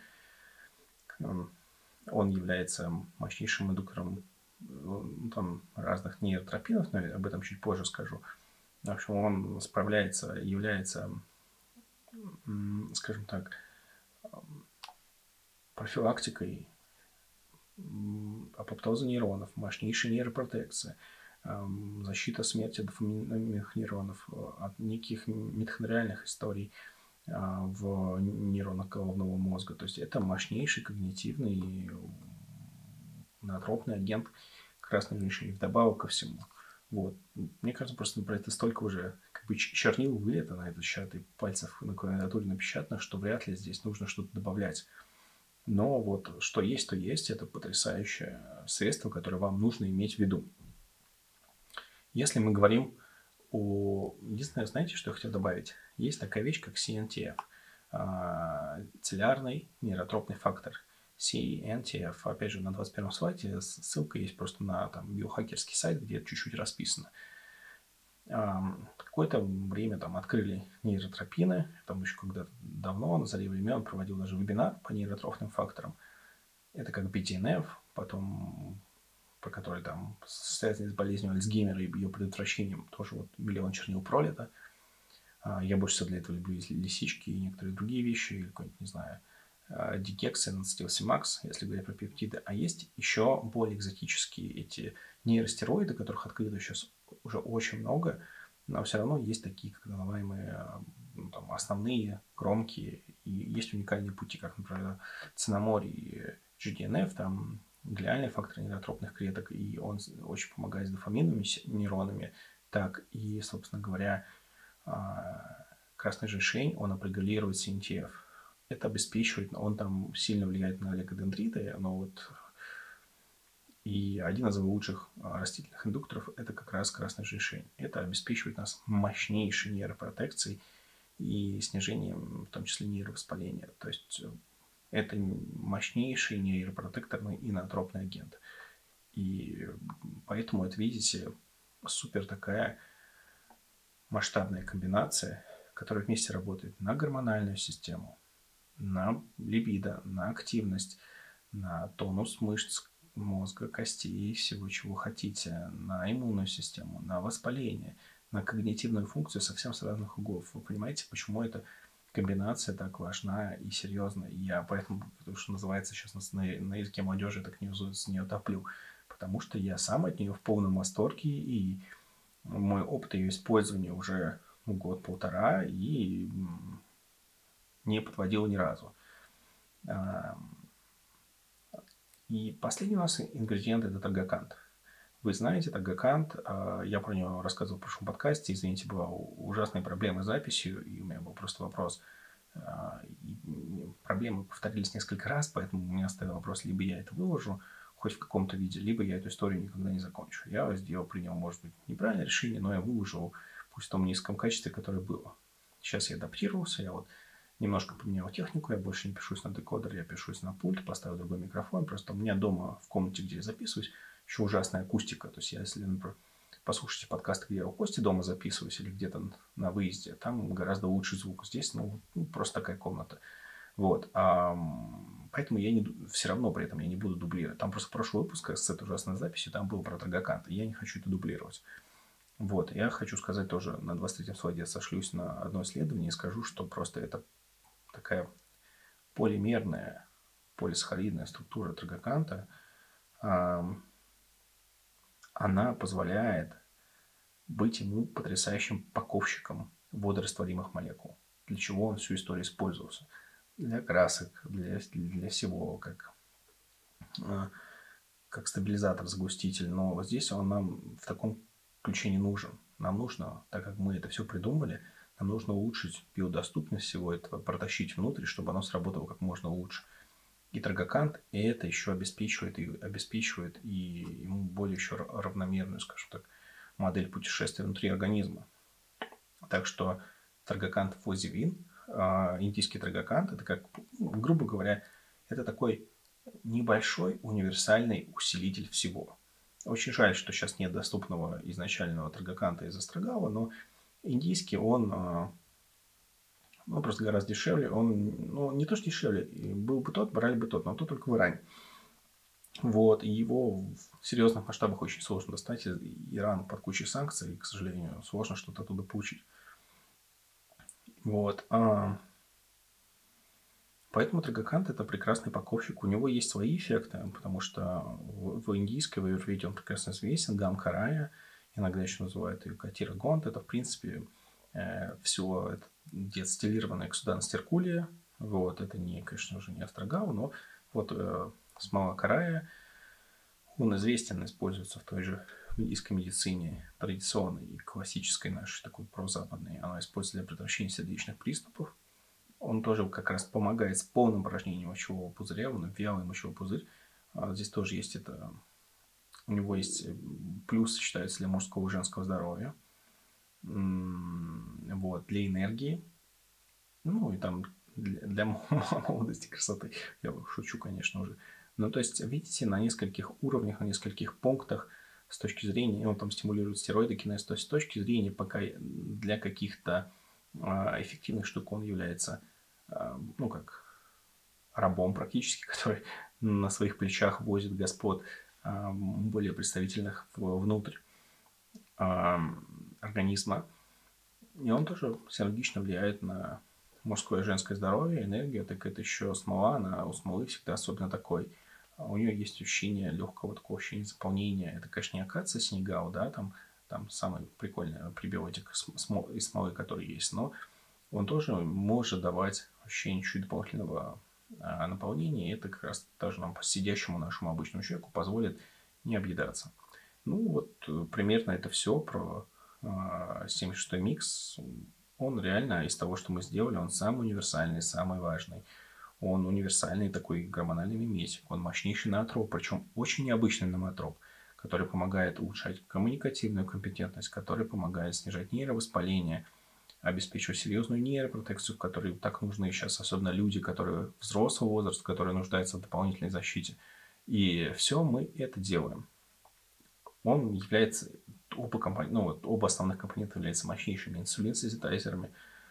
он является мощнейшим индуктором там, разных нейротропинов, но об этом чуть позже скажу. В общем, он является, скажем так, профилактикой апоптоза нейронов, мощнейшей нейропротекции, защита смерти дофаминовых нейронов от неких митохондриальных историй в нейронах головного мозга. То есть это мощнейший когнитивный ноотропный агент красной женьшени. Вдобавок ко всему. Вот. Мне кажется, просто про это столько уже как бы чернил вылета на этот счет и пальцев на клавиатуре напечатано, что вряд ли здесь нужно что-то добавлять. Но вот что есть, то есть. Это потрясающее средство, которое вам нужно иметь в виду. Если мы говорим о... Единственное, знаете, что я хотел добавить? Есть такая вещь, как CNTF. Целлярный нейротропный фактор. CNTF, опять же, на 21-м слайде ссылка есть просто на биохакерский сайт, где это чуть-чуть расписано. Какое-то время открыли нейротропины, еще когда-то давно, на заре времен, проводил даже вебинар по нейротропным факторам. Это как BDNF, потом, про который связанный с болезнью Альцгеймера и ее предотвращением, тоже миллион чернил пролито. Я больше всего для этого люблю лисички и некоторые другие вещи, или какой-нибудь, не знаю, Дикекс, Стилсимакс, если говорить про пептиды. А есть еще более экзотические эти нейростероиды, которых открыто сейчас уже очень много, но все равно есть такие, как называемые основные, громкие, и есть уникальные пути, как, например, цинаморий, GDNF, глиальный фактор нейротропных клеток, и он очень помогает с дофаминовыми нейронами, так и, собственно говоря, красный женьшень, он апрегулирует CNTF. Это обеспечивает, он сильно влияет на олигодендриты, но и один из лучших растительных индукторов – это как раз красный женьшень. Это обеспечивает нас мощнейшей нейропротекцией и снижением, в том числе, нейровоспаления. То есть это мощнейший нейропротекторный инотропный агент. И поэтому это, видите, супер такая масштабная комбинация, которая вместе работает на гормональную систему, на либидо, на активность, на тонус мышц, мозга, костей, всего, чего хотите, на иммунную систему, на воспаление, на когнитивную функцию совсем с разных углов. Вы понимаете, почему эта комбинация так важна и серьезна? И я поэтому, потому что называется сейчас на языке молодежи, так с нее топлю. Потому что я сам от нее в полном восторге, и мой опыт ее использования уже год-полтора, и не подводил ни разу. И последний у нас ингредиент – это тагокант. Вы знаете тагокант, я про него рассказывал в прошлом подкасте, извините, была ужасная проблема с записью, и у меня был просто вопрос. И проблемы повторились несколько раз, поэтому у меня оставил вопрос, либо я это выложу хоть в каком-то виде, либо я эту историю никогда не закончу. Я принял, может быть, неправильное решение, но я выложил, пусть в том низком качестве, которое было. Сейчас я адаптировался, я вот немножко поменял технику, я больше не пишусь на декодер, я пишусь на пульт, поставил другой микрофон. Просто у меня дома, в комнате, где я записываюсь, еще ужасная акустика. То есть, если, например, послушайте подкасты, где я в гости дома записываюсь или где-то на выезде, там гораздо лучший звук. Здесь, просто такая комната. Вот. Поэтому все равно при этом я не буду дублировать. Там просто прошлый выпуск с этой ужасной записью, там был про Трагокант, и я не хочу это дублировать. Вот. Я хочу сказать тоже, на 23-м слайде сошлюсь на одно исследование и скажу, что просто это такая полимерная, полисахаридная структура Трагоканта, она позволяет быть ему потрясающим паковщиком водорастворимых молекул. Для чего он всю историю использовался? Для красок, для всего, как стабилизатор, загуститель. Но вот здесь он нам в таком ключе не нужен. Нам нужно, так как мы это все придумали, нам нужно улучшить биодоступность всего этого, протащить внутрь, чтобы оно сработало как можно лучше. И Трагокант это еще обеспечивает и ему более еще равномерную, скажем так, модель путешествия внутри организма. Так что Трагокант Фозивин, индийский Трагокант, это как, грубо говоря, это такой небольшой универсальный усилитель всего. Очень жаль, что сейчас нет доступного изначального Трагоканта из Астрагала, но индийский, он просто гораздо дешевле. Он, не то что дешевле, был бы тот, брали бы тот, но тот только в Иране. Вот, и его в серьезных масштабах очень сложно достать. Иран под кучей санкций, и, к сожалению, сложно что-то оттуда получить. Вот. Поэтому Трагокант это прекрасный паковщик. У него есть свои эффекты, потому что в индийской, в аюрведе он прекрасно известен. Гам-карая, иногда еще называют ее Катира Гонт. Это, в принципе, все это дистиллированная эксуданс Иркулия. Вот, это конечно уже не Астрагал, но вот смола карая, он известен, используется в той же индийской медицине, традиционной и классической нашей, такой прозападной. Она используется для предотвращения сердечных приступов. Он тоже как раз помогает с полным упражнением мочевого пузыря, он вялый мочевой пузырь. Здесь тоже есть это, у него есть плюс, считается, для мужского и женского здоровья. Вот, для энергии. И там для молодости, красоты. Я шучу, конечно, уже. То есть, видите, на нескольких уровнях, на нескольких пунктах с точки зрения, он там стимулирует стероиды, кинез, то есть с точки зрения пока для каких-то эффективных штук он является, как рабом практически, который на своих плечах возит господ более представительных внутрь организма. И он тоже синергично влияет на мужское и женское здоровье, энергию. Так это еще смола, она у смолы всегда особенно такой. У нее есть ощущение легкого такого ощущения заполнения. Это, конечно, не акация синегал, да, там самый прикольный пребиотик из смолы, который есть, но он тоже может давать ощущение чуть дополнительного наполнения, и это как раз даже нам, сидящему нашему обычному человеку, позволит не объедаться. Примерно это все про 76-й микс. Он реально из того, что мы сделали, он самый универсальный, самый важный. Он универсальный такой гормональный миметик. Он мощнейший ноотроп, причем очень необычный ноотроп, который помогает улучшать коммуникативную компетентность, который помогает снижать нейровоспаление, обеспечивать серьезную нейропротекцию, которые так нужны сейчас, особенно люди, которые взрослого возраста, которые нуждаются в дополнительной защите. И все мы это делаем. Он является, оба основных компонента являются мощнейшими инсулин-сенситайзерами.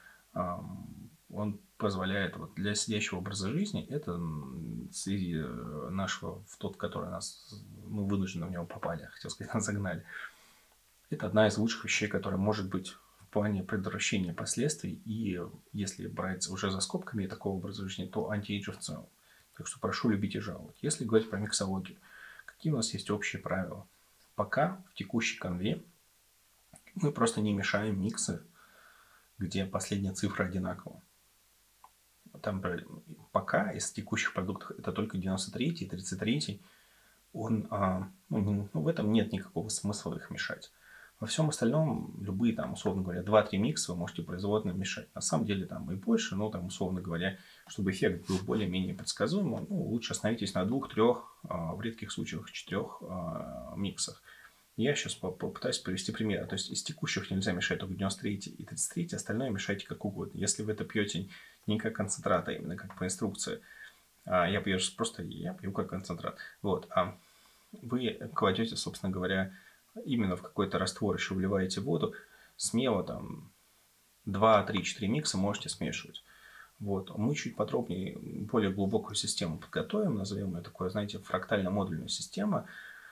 Он позволяет для сидящего образа жизни, это среди нашего, в тот, который мы вынужденно в него попали, хотел сказать, нас загнали. Это одна из лучших вещей, которая может быть в плане предотвращения последствий. И если брать уже за скобками такого образа жизни, то антиэйджа в целом. Так что прошу любить и жаловать. Если говорить про миксологию, какие у нас есть общие правила? Пока в текущей конве мы просто не мешаем миксы, где последняя цифра одинакова. Там пока из текущих продуктов это только 93-й, 33-й. В этом нет никакого смысла их мешать. Во всем остальном, любые там, условно говоря, 2-3 микса вы можете производно мешать. На самом деле там и больше, но там, условно говоря, чтобы эффект был более-менее предсказуемым, лучше остановитесь на 2-3, в редких случаях 4 миксах. Я сейчас попытаюсь привести пример. То есть из текущих нельзя мешать только 93 и 33, остальное мешайте как угодно. Если вы это пьете не как концентрат, а именно как по инструкции, я пью как концентрат. Вот. А вы кладете, собственно говоря, именно в какой-то раствор, еще вливаете воду, смело там 2, 3, 4 микса можете смешивать. Вот. Мы чуть подробнее, более глубокую систему подготовим, назовем ее такой, знаете, фрактально-модульную систему.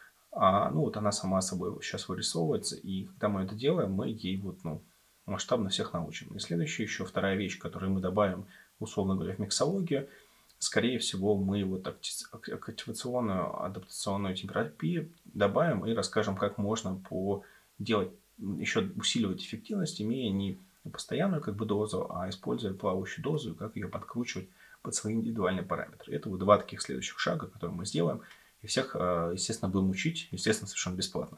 Она сама собой сейчас вырисовывается, и когда мы это делаем, мы ей масштабно всех научим. И следующая еще вторая вещь, которую мы добавим, условно говоря, в миксологию, скорее всего, мы активационную адаптационную терапию добавим и расскажем, как можно делать, еще усиливать эффективность, имея не постоянную дозу, а используя плавающую дозу, и как ее подкручивать под свои индивидуальные параметры. Это 2 таких следующих шага, которые мы сделаем. И всех, естественно, будем учить, естественно, совершенно бесплатно.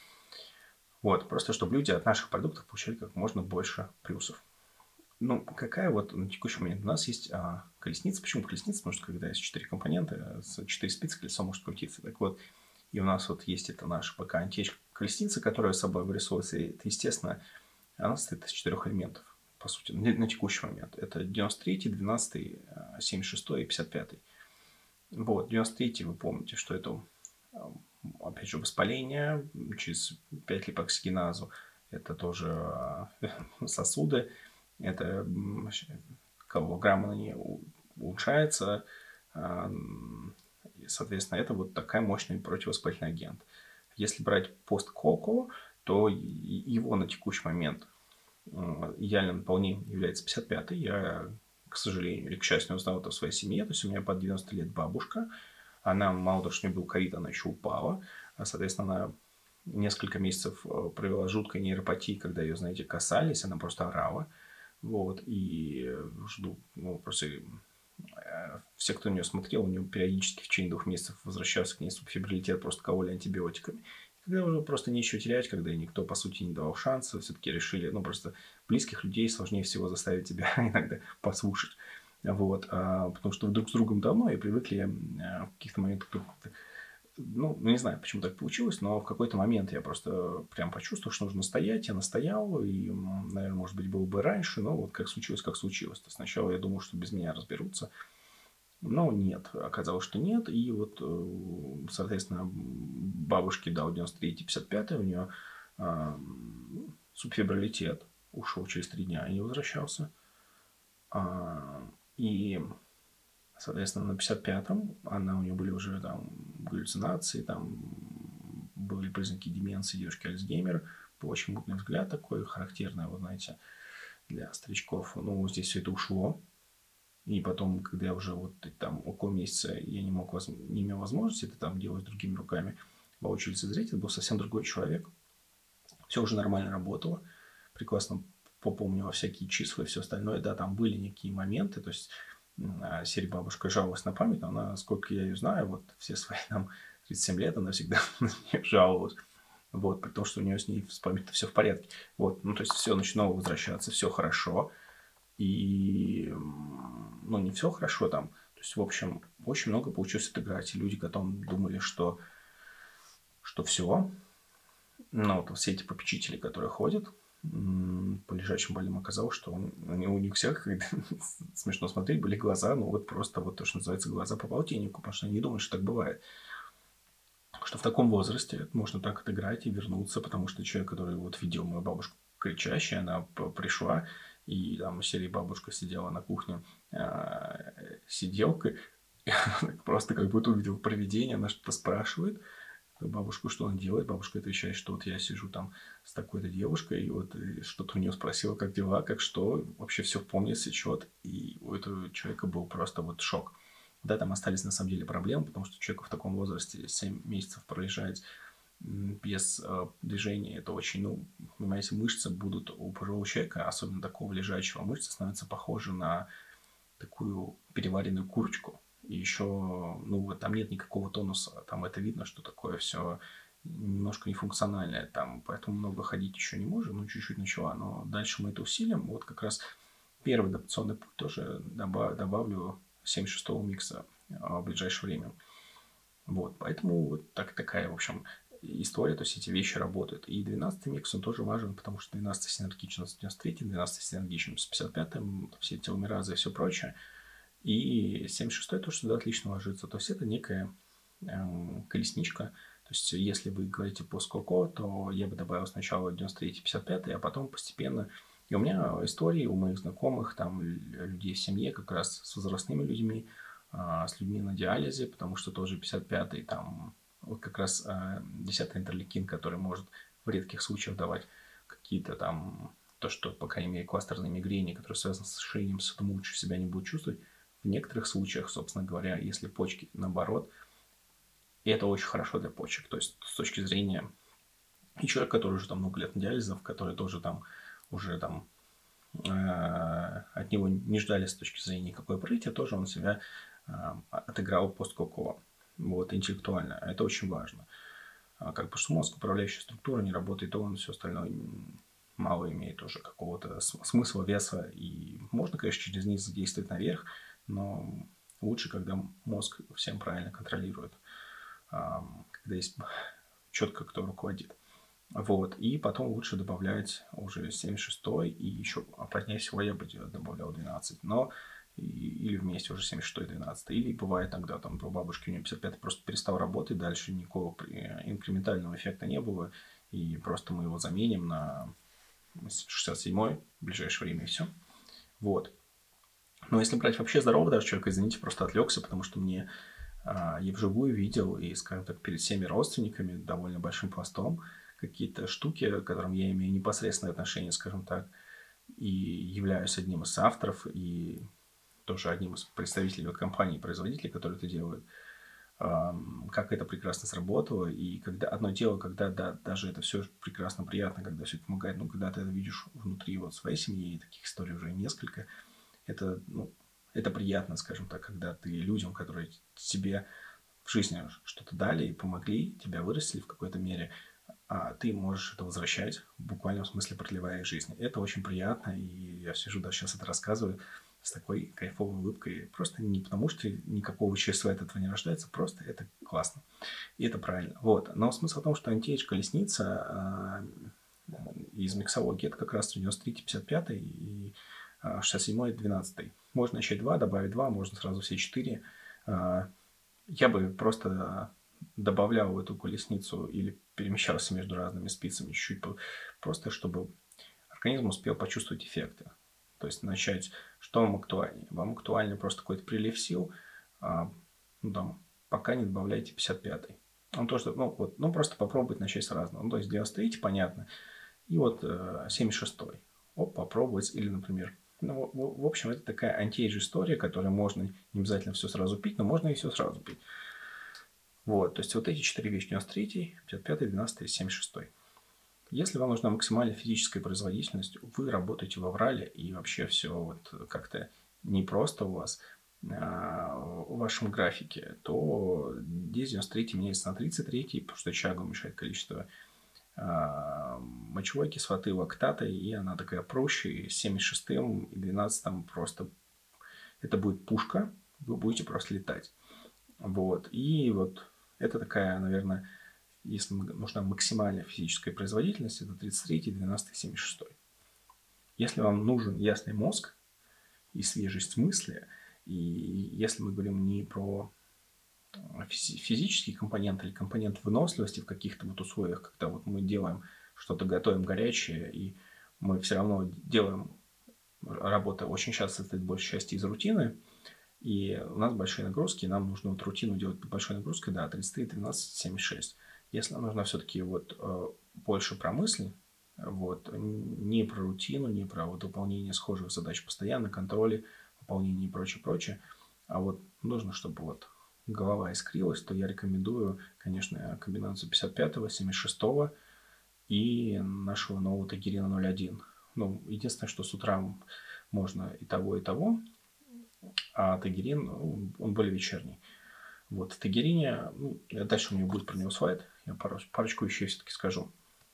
Вот, просто чтобы люди от наших продуктов получали как можно больше плюсов. Какая на текущий момент у нас есть колесница. Почему колесница? Потому что когда есть 4 компонента, 4 спицы, колесо может крутиться. Так вот, и у нас есть это наша пока антиэйдж колесница, которая собой вырисовывается. И это, естественно, она состоит из 4 элементов, по сути, на текущий момент. Это 93, 12, 76 и 55. Вот, 93 вы помните, что это, опять же, воспаление через 5-липоксигеназу. Это тоже сосуды. Это калограмма на ней улучшается. Соответственно, это такая мощный противовоспалительный агент. Если брать пост-коко, то его на текущий момент идеальным наполнением является 55-й. Я, к сожалению или к счастью, не узнал это в своей семье. То есть у меня под 90 лет бабушка. Она, мало того, что у нее был ковид, она еще упала. Соответственно, она несколько месяцев провела жуткой нейропатией, когда ее, знаете, касались. Она просто орала. Вот. И просто все, кто на нее смотрел, у нее периодически в течение 2 месяцев возвращался к ней субфибрилитет, просто кололи антибиотиками. Когда уже просто нечего терять, когда никто, по сути, не давал шанса, все-таки решили, просто близких людей сложнее всего заставить тебя иногда послушать. Вот. Потому что друг с другом давно и привыкли в каких-то моментах... не знаю, почему так получилось, но в какой-то момент я просто прям почувствовал, что нужно стоять. Я настоял, и, наверное, может быть, было бы раньше, но как случилось, как случилось. То сначала я думал, что без меня разберутся. Но нет, оказалось, что нет. И соответственно, бабушке дал 93-55, у нее субфибрилитет ушел через 3 дня и не возвращался. И, соответственно, на 55-м у нее были уже галлюцинации, были признаки деменции, девушки Альцгеймер. Был очень мутный взгляд такой, характерный, знаете, для старичков. Здесь все это ушло. И потом, когда я уже около месяца я не имел возможности это делать другими руками, воочию лицезреть, это был совсем другой человек. Все уже нормально работало. Прекрасно попомнила всякие числа и все остальное. Да, там были некие моменты, то есть серия бабушка жаловалась на память, но она, сколько я ее знаю, все свои 37 лет она всегда на нее жаловалась. Вот, при том, что у нее с ней с памятью все в порядке. Вот, то есть все начинало возвращаться, все хорошо. И, не все хорошо там. То есть, в общем, очень много получилось отыграть. И люди потом думали, что все. Все эти попечители, которые ходят по лежачим больным, оказалось, что у них всех, смешно смотреть, были глаза, просто то, что называется, глаза по полтиннику, потому что они не думают, что так бывает. Что в таком возрасте можно так отыграть и вернуться, потому что человек, который видел мою бабушку кричащей, она пришла, и серия бабушка сидела на кухне сиделкой, просто как будто увидела привидение, она что-то спрашивает бабушку, что она делает. Бабушка отвечает, что я сижу с такой-то девушкой, и что-то у нее спросила, как дела, как что, вообще все помнит, сечет, и у этого человека был просто шок. Да, там остались на самом деле проблемы, потому что человеку в таком возрасте 7 месяцев пролежать без движения, это очень, понимаете, мышцы будут у пожилого человека, особенно такого лежачего, мышцы становятся похожи на такую переваренную курочку. И еще, там нет никакого тонуса, там это видно, что такое все немножко нефункциональная, там, поэтому много ходить еще не можем, ну, чуть-чуть начала, но дальше мы это усилим. Вот как раз первый адаптационный путь тоже добавлю 76-го микса в ближайшее время. Вот, поэтому вот такая, в общем, история, то есть эти вещи работают. И 12-й микс, он тоже важен, потому что 12-й синергичен с 93-м, 12-й синергичен с 55-м, все теломеразы и все прочее. И 76-й тоже сюда отлично ложится. То есть это некая колесничка. То есть если вы говорите по Сколково, то я бы добавил сначала 93-й, 55-й, а потом постепенно. И у меня истории у моих знакомых, там, людей в семье, как раз с возрастными людьми, с людьми на диализе, потому что тоже 55-й, там, вот как раз 10-й интерлейкин, который может в редких случаях давать какие-то там, то, что, по крайней мере, кластерные мигрени, которые связаны с ошейным синдромом, лучше себя не будут чувствовать. В некоторых случаях, собственно говоря, если почки наоборот, и это очень хорошо для почек. То есть с точки зрения и человек, который уже там много лет на диализах, который тоже там уже там от него не ждали с точки зрения никакой прыти, тоже он себя отыграл посткоково. Вот, интеллектуально. Это очень важно. Как бы что мозг, управляющая структура, не работает, то он все остальное мало имеет уже какого-то смысла, веса. И можно, конечно, через низ задействовать наверх, но лучше, когда мозг всем правильно контролирует, когда есть четко кто руководит. Вот. И потом лучше добавлять уже 76-й, и еще, плотнее всего, я бы добавлял 12. Но или вместе уже 76-й, 12. Или бывает иногда, там, у бабушки у нее 55-й просто перестал работать, дальше никакого инкрементального эффекта не было, и просто мы его заменим на 67-й в ближайшее время, и все. Вот. Но если брать вообще здорового даже человека, извините, просто отвлекся, потому что я вживую видел, и, скажем так, перед всеми родственниками, довольно большим пластом, какие-то штуки, к которым я имею непосредственное отношение, скажем так, и являюсь одним из авторов, и тоже одним из представителей компаний, производителей, которые это делают, как это прекрасно сработало. И когда одно дело, когда даже это все прекрасно, приятно, когда все помогает, но когда ты это видишь внутри вот своей семьи, и таких историй уже несколько, это приятно, скажем так, когда ты людям, которые тебе в жизни что-то дали и помогли, тебя вырастили в какой-то мере, а ты можешь это возвращать, в буквальном смысле продлевая их жизнь. Это очень приятно, и я сижу даже сейчас это рассказываю с такой кайфовой улыбкой. Просто не потому, что никакого вещества от этого не рождается, просто это классно. И это правильно. Вот. Но смысл в том, что антиэйдж-колесница из миксологии, это как раз 93-й, 55-й и 67-й, 12-й. Можно еще 2, добавить 2, можно сразу все 4. Я бы просто добавлял в эту колесницу или перемещался между разными спицами чуть-чуть, просто чтобы организм успел почувствовать эффекты. То есть начать, что вам актуальнее. Вам актуальнее просто какой-то прилив сил, пока не добавляйте 55-й. Просто попробовать начать с разного. То есть 93-й, понятно, и вот 76-й. Попробовать, или, например, в общем, это такая антиэйдж история, которую можно не обязательно все сразу пить, но можно и все сразу пить. Вот, то есть вот эти 4 вещи: 93-й, 55-й, 12-й, 76-й. Если вам нужна максимальная физическая производительность, вы работаете в аврале, и вообще все вот как-то непросто у вас в вашем графике, то здесь 93-й меняется на 33-й, потому что чагу мешает количество мочевой кислоты, лактата, и она такая проще, и с 76-м и 12-м просто это будет пушка, вы будете просто летать. Вот, и вот это такая, наверное, если нужна максимальная физическая производительность, это 33-й, 12-й, 76-й. Если вам нужен ясный мозг и свежесть мысли, и если мы говорим не про физический компонент или компонент выносливости в каких-то вот условиях, когда вот мы делаем что-то, готовим горячее, и мы все равно делаем, работа очень часто состоит большей части из рутины, и у нас большие нагрузки, нам нужно вот рутину делать под большой нагрузкой, 33, 13, 76. Если нам нужно все-таки вот больше про мысли, вот, не про рутину, не про вот выполнение схожих задач постоянно, контроле, выполнение и прочее, а вот нужно, чтобы вот голова искрилась, то я рекомендую, конечно, комбинацию 55-го, 76-го и нашего нового тагирина 0.1. Единственное, что с утра можно и того, а тагирин, он более вечерний. Вот, в тагирине, дальше у меня будет про него слайд, я парочку вещей все-таки скажу.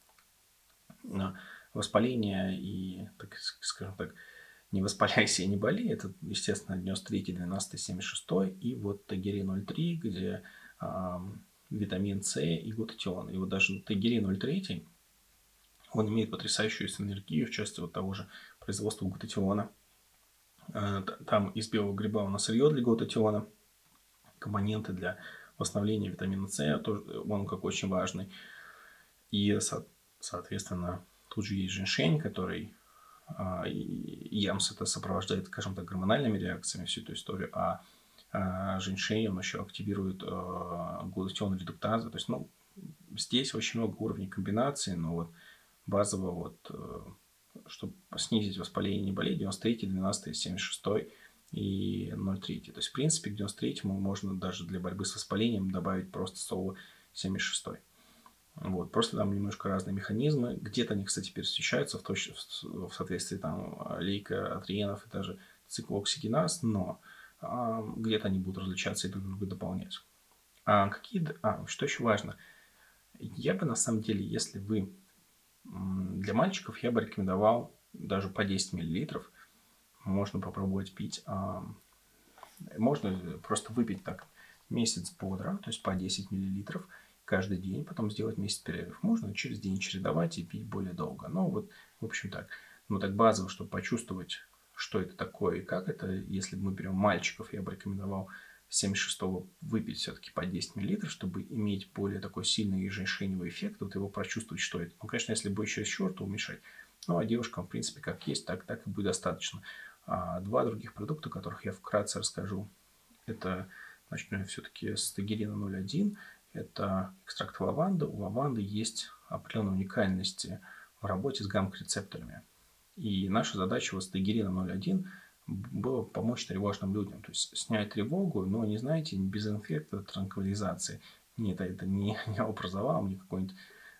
Воспаление и, так скажем так, не воспаляйся и не боли, это, естественно, 93, 12, 76, и вот Тагирин 03, где витамин С и глутатион. И вот даже Тагирин 03, он имеет потрясающую синергию в части вот того же производства глутатиона. Там из белого гриба у нас сырье для глутатиона, компоненты для восстановления витамина С, тоже он как очень важный. И, соответственно, тут же есть женьшень, который ямс это сопровождает, скажем так, гормональными реакциями всю эту историю, а женьшень, он еще активирует глутатион редуктазы. То есть, здесь очень много уровней комбинации, но вот базово чтобы снизить воспаление и не болеть, 93, 12, 76 и 0,3. То есть, в принципе, к 93-му можно даже для борьбы с воспалением добавить просто соло 76. Вот. Просто там немножко разные механизмы. Где-то они, кстати, пересечаются в соответствии там лейкоатриенов и даже циклооксигеназ, но где-то они будут различаться и друг друга дополнять. Что еще важно? Я бы, на самом деле, если вы для мальчиков, я бы рекомендовал даже по 10 мл. Можно попробовать пить. Можно просто выпить так месяц бодро, то есть по 10 мл каждый день, потом сделать месяц перерыв. Можно через день чередовать и пить более долго. В общем так. Так базово, чтобы почувствовать, что это такое и как это. Если мы берем мальчиков, я бы рекомендовал 76-го выпить все-таки по 10 мл, чтобы иметь более такой сильный женьшеневый эффект, его прочувствовать, что это. Конечно, если будет чересчур, то уменьшать. А девушкам, в принципе, как есть, так и будет достаточно. Два других продукта, о которых я вкратце расскажу, это, начну все-таки с Тагирина 01. Это экстракт лаванды. У лаванды есть определенные уникальности в работе с гамма-рецепторами. И наша задача с Тагирином 01 было помочь тревожным людям. То есть снять тревогу, но не знаете, без инфекта, транквилизации. Нет, это не образовал, не какой-нибудь,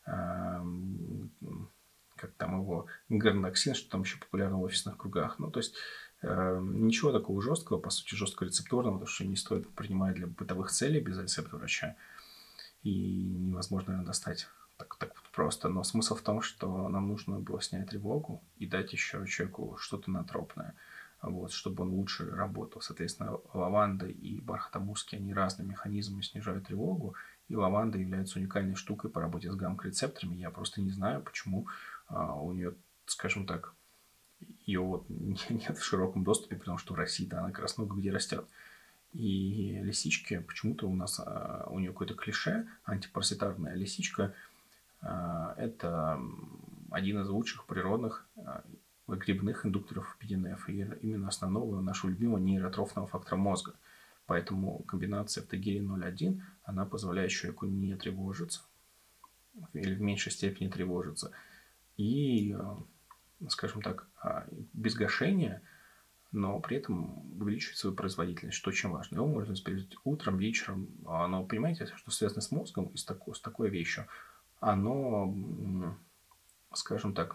как там его, гарноксин, что там еще популярно в офисных кругах. То есть ничего такого жесткого, по сути, жесткого рецептурного, потому что не стоит принимать для бытовых целей без рецепта врача. И невозможно, наверное, достать так просто. Но смысл в том, что нам нужно было снять тревогу и дать еще человеку что-то натропное, чтобы он лучше работал. Соответственно, лаванда и бархатомуски, они разными механизмами снижают тревогу, и лаванда является уникальной штукой по работе с гамма-рецепторами. Я просто не знаю, почему у нее, скажем так, ее нет в широком доступе, потому что в России-то она как раз много где растет. И лисички, почему-то у нас у нее какое-то клише, антипараситарная лисичка, это один из лучших природных грибных индукторов ПДНФ и именно основного нашего любимого нейротрофного фактора мозга. Поэтому комбинация в Тагирин 01, она позволяет человеку не тревожиться или в меньшей степени тревожиться. И, скажем так, без гашения, но при этом увеличивать свою производительность, что очень важно. Его можно использовать утром, вечером. Но понимаете, что связано с мозгом и с такой вещью, оно, скажем так,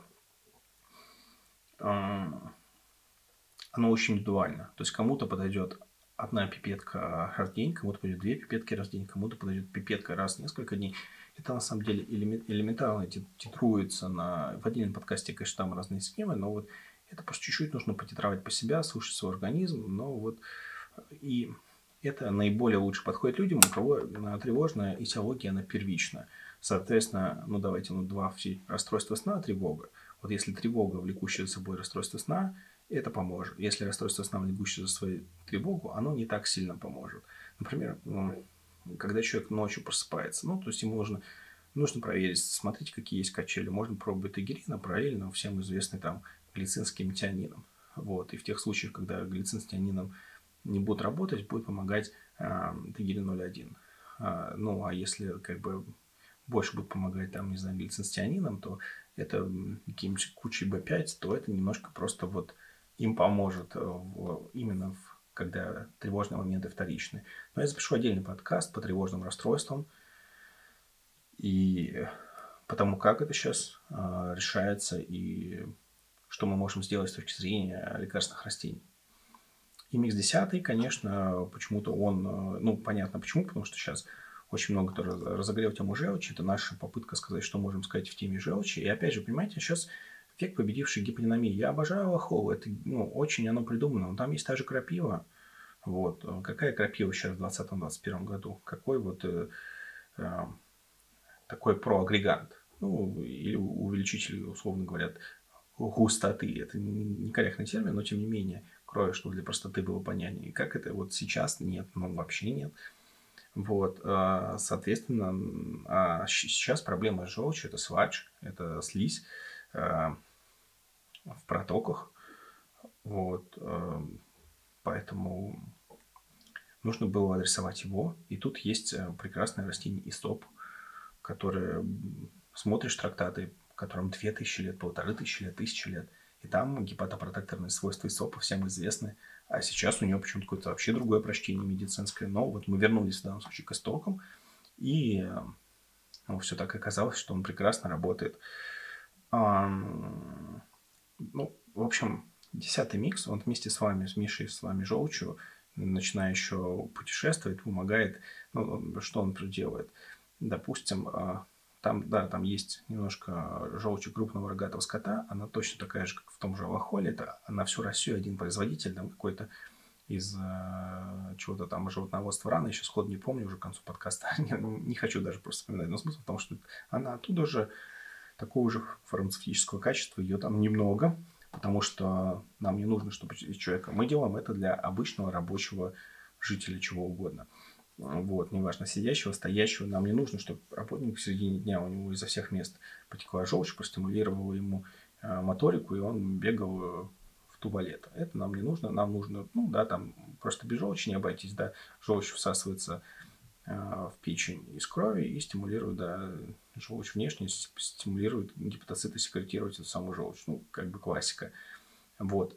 оно очень индивидуально. То есть кому-то подойдет одна пипетка раз в день, кому-то подойдет 2 пипетки раз в день, кому-то подойдет пипетка раз в несколько дней. Это на самом деле элементарно титруется в отдельном подкасте, конечно, там разные схемы, но это просто чуть-чуть нужно потитровать по себя, слушать свой организм. И это наиболее лучше подходит людям, у кого тревожная этиология, она первична. Соответственно, давайте, два все расстройства сна, тревога. Если тревога, влекущая за собой расстройство сна, это поможет. Если расстройство сна, влекущее за собой тревогу, оно не так сильно поможет. Например, когда человек ночью просыпается, то есть ему нужно проверить, смотрите, какие есть качели. Можно пробовать Тагирин, а параллельно всем известный там глицин с тианином. И в тех случаях, когда глицин с тианином не будут работать, будет помогать Тагирин 01. А если больше будет помогать глицин с тианином, то это каким-нибудь кучей B5, то это немножко просто им поможет именно когда тревожные моменты вторичны. Но я запишу отдельный подкаст по тревожным расстройствам и потому, как это сейчас решается и что мы можем сделать с точки зрения лекарственных растений. И микс 10, конечно, почему-то он, понятно почему, потому что сейчас очень много кто разогрел тему желчи. Это наша попытка сказать, что можем сказать в теме желчи. И опять же, понимаете, сейчас век победивший гиподинамии. Я обожаю Лохову. Это очень оно придумано. Но там есть та же крапива. Вот. Какая крапива сейчас в 2020-2021 году? Какой вот такой проагрегант? Или увеличитель, условно говорят, густоты. Это некорректный термин, но тем не менее, крови, чтобы для простоты было понятнее. Как это вот сейчас? Нет, вообще нет. Вот, соответственно, сейчас проблема с желчью – это свадж, это слизь в протоках. Вот, поэтому нужно было адресовать его. И тут есть прекрасное растение Исоп, которое смотришь трактаты, которым 2000 лет, 1500 лет, 1000 лет. И там гепатопротекторные свойства Исопа всем известны. А сейчас у него почему-то какое-то вообще другое прочтение медицинское. Но вот мы вернулись в данном случае к истокам. И все так оказалось, что он прекрасно работает. В общем, 10-й микс, он вместе с вами, с Мишей, с вами желчью, начиная еще путешествовать, помогает. Что он делает? Допустим, там есть немножко желчи крупного рогатого скота. Она точно такая же, как в том же Алахоле. Это на всю Россию один производитель, там какой-то из чего-то там животноводства рано. Еще сход не помню уже к концу подкаста. Не хочу даже просто вспоминать. Но смысл в том, что она оттуда же такого же фармацевтического качества. Ее там немного, потому что нам не нужно, чтобы человека... Мы делаем это для обычного рабочего жителя чего угодно. Вот, неважно, сидящего, стоящего, нам не нужно, чтобы работник в середине дня у него изо всех мест потекла желчь, простимулировала ему моторику, и он бегал в туалет. Это нам не нужно, нам нужно, там просто без желчи не обойтись, да, желчь всасывается в печень из крови и стимулирует, желчь внешне стимулирует гепатоциты секретировать эту самую желчь, как бы классика. Вот,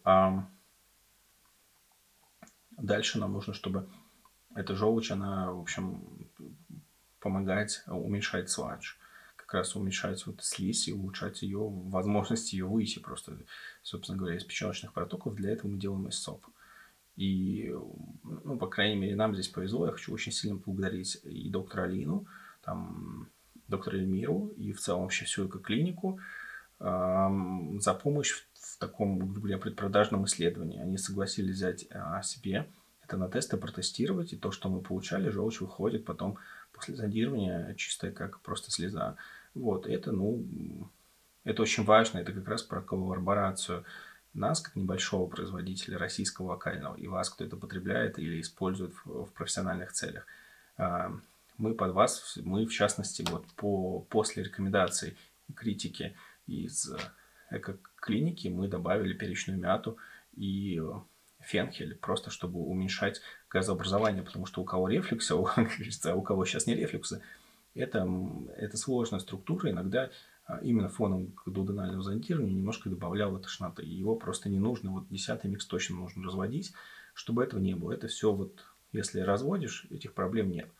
дальше нам нужно, чтобы эта желчь, она, в общем, помогает уменьшать свадж. Как раз уменьшать слизь и улучшать ее возможность ее выйти просто, собственно говоря, из печеночных протоков. Для этого мы делаем Исоп. И, по крайней мере, нам здесь повезло. Я хочу очень сильно поблагодарить и доктора Алину, доктора Эльмиру, и в целом вообще всю экоклинику за помощь в таком, грубо говоря, предпродажном исследовании. Они согласились взять себе это на тесты протестировать, и то, что мы получали, желчь выходит потом после зондирования чистая, как просто слеза. Вот, это очень важно, это как раз про коллаборацию нас, как небольшого производителя российского локального, и вас, кто это потребляет или использует в профессиональных целях. Мы под вас, мы в частности, после рекомендаций и критики из экоклиники мы добавили перечную мяту и фенхель, просто чтобы уменьшать газообразование, потому что у кого рефлюксы, у кого сейчас не рефлюксы, это сложная структура, иногда именно фоном к дуоденальному зондированию немножко добавляла тошноты, и его просто не нужно, 10-й микс точно нужно разводить, чтобы этого не было. Это все если разводишь, этих проблем нет.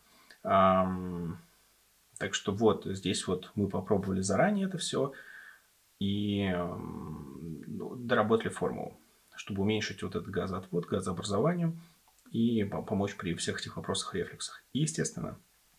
Так что здесь мы попробовали заранее это все и доработали формулу, чтобы уменьшить этот газоотвод, газообразование и помочь при всех этих вопросах рефлюксах. И, естественно,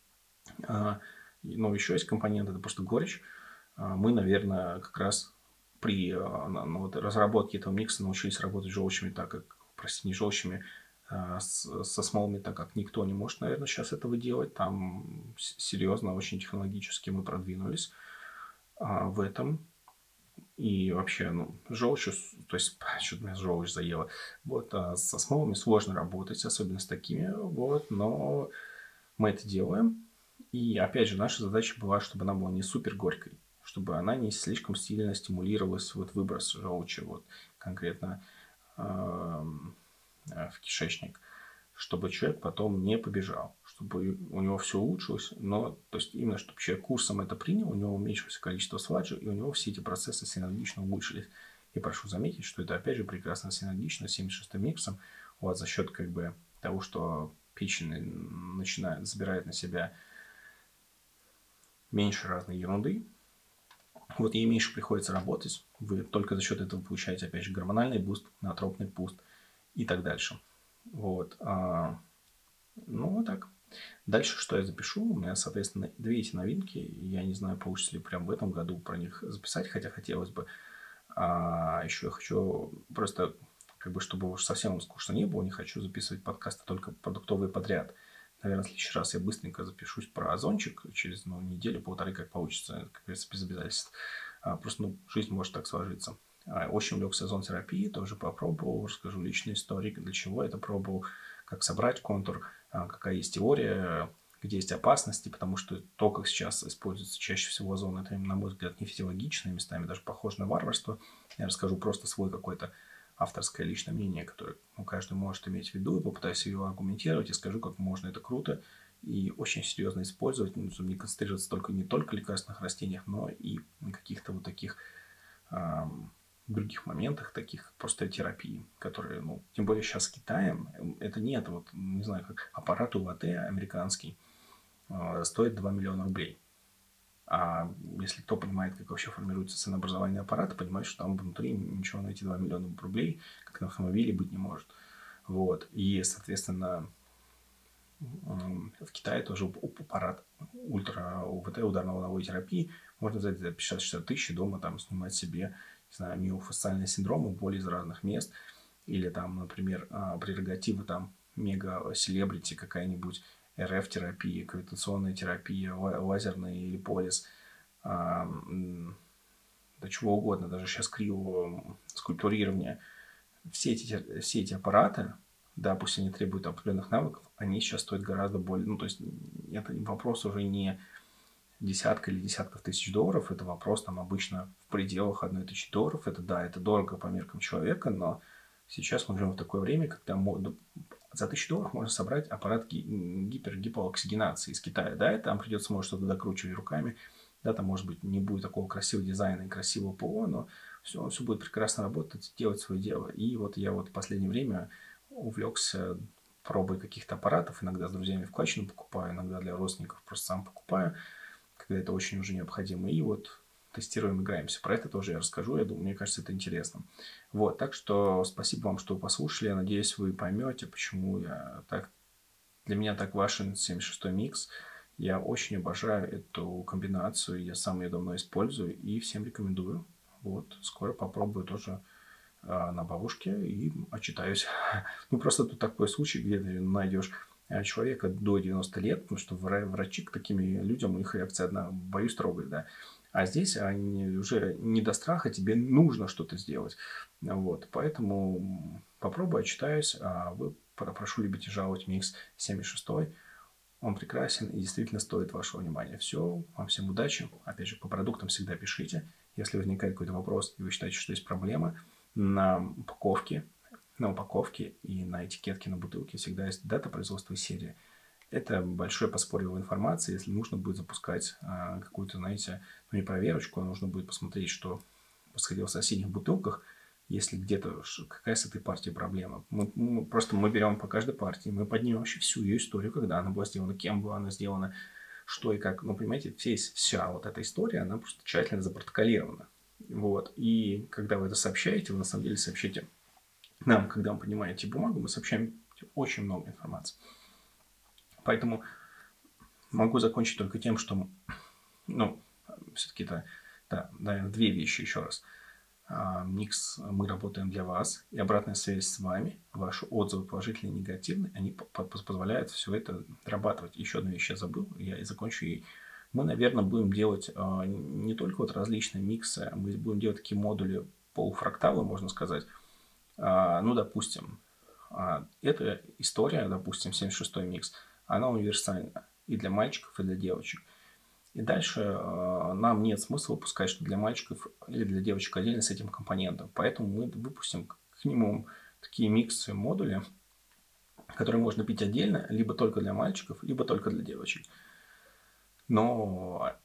еще есть компонент, это просто горечь. Мы, наверное, как раз при разработке этого микса научились работать с желчами не желчами, со смолами, так как никто не может, наверное, сейчас этого делать. Там серьезно, очень технологически мы продвинулись в этом. И вообще, желчью, то есть, что-то меня желчь заела. Со смолами сложно работать, особенно с такими, но мы это делаем. И, опять же, наша задача была, чтобы она была не супер горькой, чтобы она не слишком сильно стимулировалась, выброс желчи, конкретно в кишечник, чтобы человек потом не побежал, чтобы у него все улучшилось, то есть именно чтобы человек курсом это принял, у него уменьшилось количество сваджа, и у него все эти процессы синергично улучшились. И прошу заметить, что это опять же прекрасно синергично с 76-м миксом, за счет того, что печень забирает на себя меньше разной ерунды, ей меньше приходится работать, вы только за счет этого получаете опять же гормональный буст, ноотропный буст и так дальше. Так. Дальше, что я запишу? У меня, соответственно, две эти новинки. Я не знаю, получится ли прям в этом году про них записать, хотя хотелось бы. Еще я хочу просто, как бы, чтобы уж совсем скучно не было, не хочу записывать подкасты только продуктовые подряд. Наверное, в следующий раз я быстренько запишусь про Озончик через неделю-полторы, как получится, как говорится, без обязательств. Просто жизнь может так сложиться. Очень увлекся озон-терапией, тоже попробовал, расскажу личные истории, для чего это пробовал, как собрать контур, какая есть теория, где есть опасности, потому что то, как сейчас используется чаще всего озон, это, на мой взгляд, не физиологично, местами даже похоже на варварство. Я расскажу просто свой какой-то авторское личное мнение, которое каждый может иметь в виду, и попытаюсь его аргументировать, и скажу, как можно это круто и очень серьезно использовать, чтобы не концентрироваться только не только в лекарственных растениях, но и на каких-то вот таких других моментах, таких просто терапии, которые, тем более сейчас с Китаем, это нет, не знаю, как аппарат УВТ американский стоит 2 миллиона рублей. А если кто понимает, как вообще формируется ценообразование аппарата, понимает, что там внутри ничего на эти 2 миллиона рублей, как на автомобиле, быть не может. Вот. И, соответственно, в Китае тоже аппарат ультра-УВТ, ударно-волновой терапии, можно взять за 50-60 тысяч дома, там, снимать себе, не знаю, миофасциальные синдромы, боли из разных мест, или там, например, прерогативы там мега-селебрити какая-нибудь, РФ-терапия, гравитационная терапия, лазерный липолиз, да чего угодно, даже сейчас скульптурирование. Все эти аппараты, да, пусть они требуют определенных навыков, они сейчас стоят гораздо более... то есть это вопрос уже не десятка или десятков тысяч долларов, это вопрос там обычно в пределах $1000. Это, да, это дорого по меркам человека, но сейчас мы живем в такое время, когда за $1000 можно собрать аппарат гипероксигенации из Китая. Да, и там придется, может, что-то докручивать руками. Да, там, может быть, не будет такого красивого дизайна и красивого ПО, но все будет прекрасно работать, делать свое дело. И я в последнее время увлекся пробой каких-то аппаратов. Иногда с друзьями вкладчину покупаю, иногда для родственников просто сам покупаю, когда это очень уже необходимо. И тестируем, играемся. Про это тоже я расскажу. Я думаю, мне кажется, это интересно. Так что спасибо вам, что послушали. Я надеюсь, вы поймете, почему для меня так важен 76-й микс. Я очень обожаю эту комбинацию. Я сам ее давно использую и всем рекомендую. Скоро попробую тоже на бабушке и отчитаюсь. Просто тут такой случай, где ты найдешь человека до 90 лет, потому что врачи к таким людям, у них реакция одна, боюсь трогать, да. А здесь они уже не до страха, тебе нужно что-то сделать. Поэтому попробую, отчитаюсь. А вы, прошу любить и жаловать микс 76. Он прекрасен и действительно стоит вашего внимания. Все, вам всем удачи. Опять же, по продуктам всегда пишите. Если возникает какой-то вопрос, и вы считаете, что есть проблема, на упаковке и на этикетке на бутылке всегда есть дата производства и серия. Это большое подспорье в информации. Если нужно будет запускать какую-то, знаете, не проверочку, а нужно будет посмотреть, что происходило в соседних бутылках, если где-то какая с этой партией проблема. Мы берем по каждой партии, мы поднимем вообще всю ее историю, когда она была сделана, кем была она сделана, что и как. Понимаете, вся эта история, она просто тщательно запротоколирована. И когда вы это сообщаете, вы на самом деле сообщите нам, когда вы поднимаете бумагу, мы сообщаем очень много информации. Поэтому могу закончить только тем, что, все-таки наверное, две вещи еще раз. Микс, мы работаем для вас, и обратная связь с вами, ваши отзывы положительные и негативные, они позволяют все это дорабатывать. Еще одну вещь я забыл, я и закончу ей. Мы, наверное, будем делать не только различные миксы, мы будем делать такие модули полуфракталы, можно сказать. Допустим, эта история, допустим, 76-й микс, она универсальна и для мальчиков, и для девочек. И дальше нам нет смысла выпускать, что для мальчиков или для девочек отдельно с этим компонентом. Поэтому мы выпустим как минимум такие миксы, модули, которые можно пить отдельно, либо только для мальчиков, либо только для девочек. Но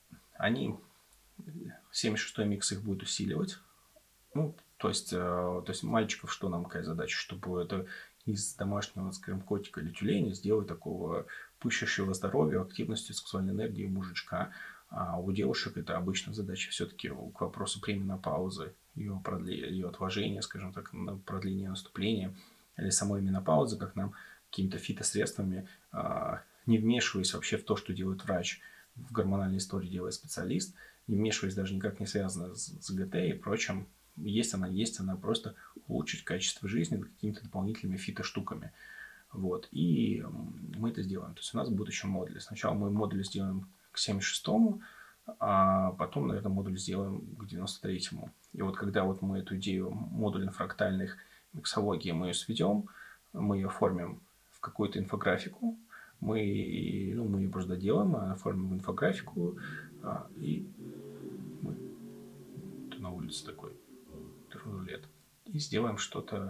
76-й микс их будет усиливать. То есть мальчиков, что нам какая задача, чтобы это из домашнего, скажем, котика или тюленя сделать такого пышущего здоровья, активности, сексуальной энергии мужичка. А у девушек это обычно задача все-таки к вопросу пременопаузы, ее отложения, скажем так, продления наступления или самой менопаузы, как нам какими-то фитосредствами не вмешиваясь вообще в то, что делает врач, в гормональной истории делает специалист, не вмешиваясь, даже никак не связано с ГТ и прочим. Есть она просто улучшить качество жизни какими-то дополнительными фитоштуками. Вот. И мы это сделаем. То есть у нас будут еще модули. Сначала мы модуль сделаем к 76-му, а потом, наверное, модуль сделаем к 93-му. И вот когда вот мы эту идею модульно-фрактальных миксологии мы ее сведем, мы ее оформим в какую-то инфографику, мы ее просто доделаем, оформим в инфографику, и мы на улице такой лет. И сделаем что-то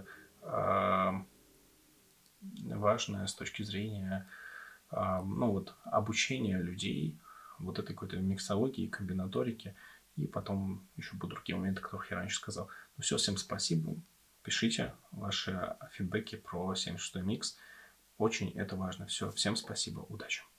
важное с точки зрения обучения людей вот этой какой-то миксологии, комбинаторики, и потом еще будут другие моменты, которых я раньше сказал. Ну все, всем спасибо. Пишите ваши фидбэки про 76-й микс. Очень это важно. Все, всем спасибо. Удачи.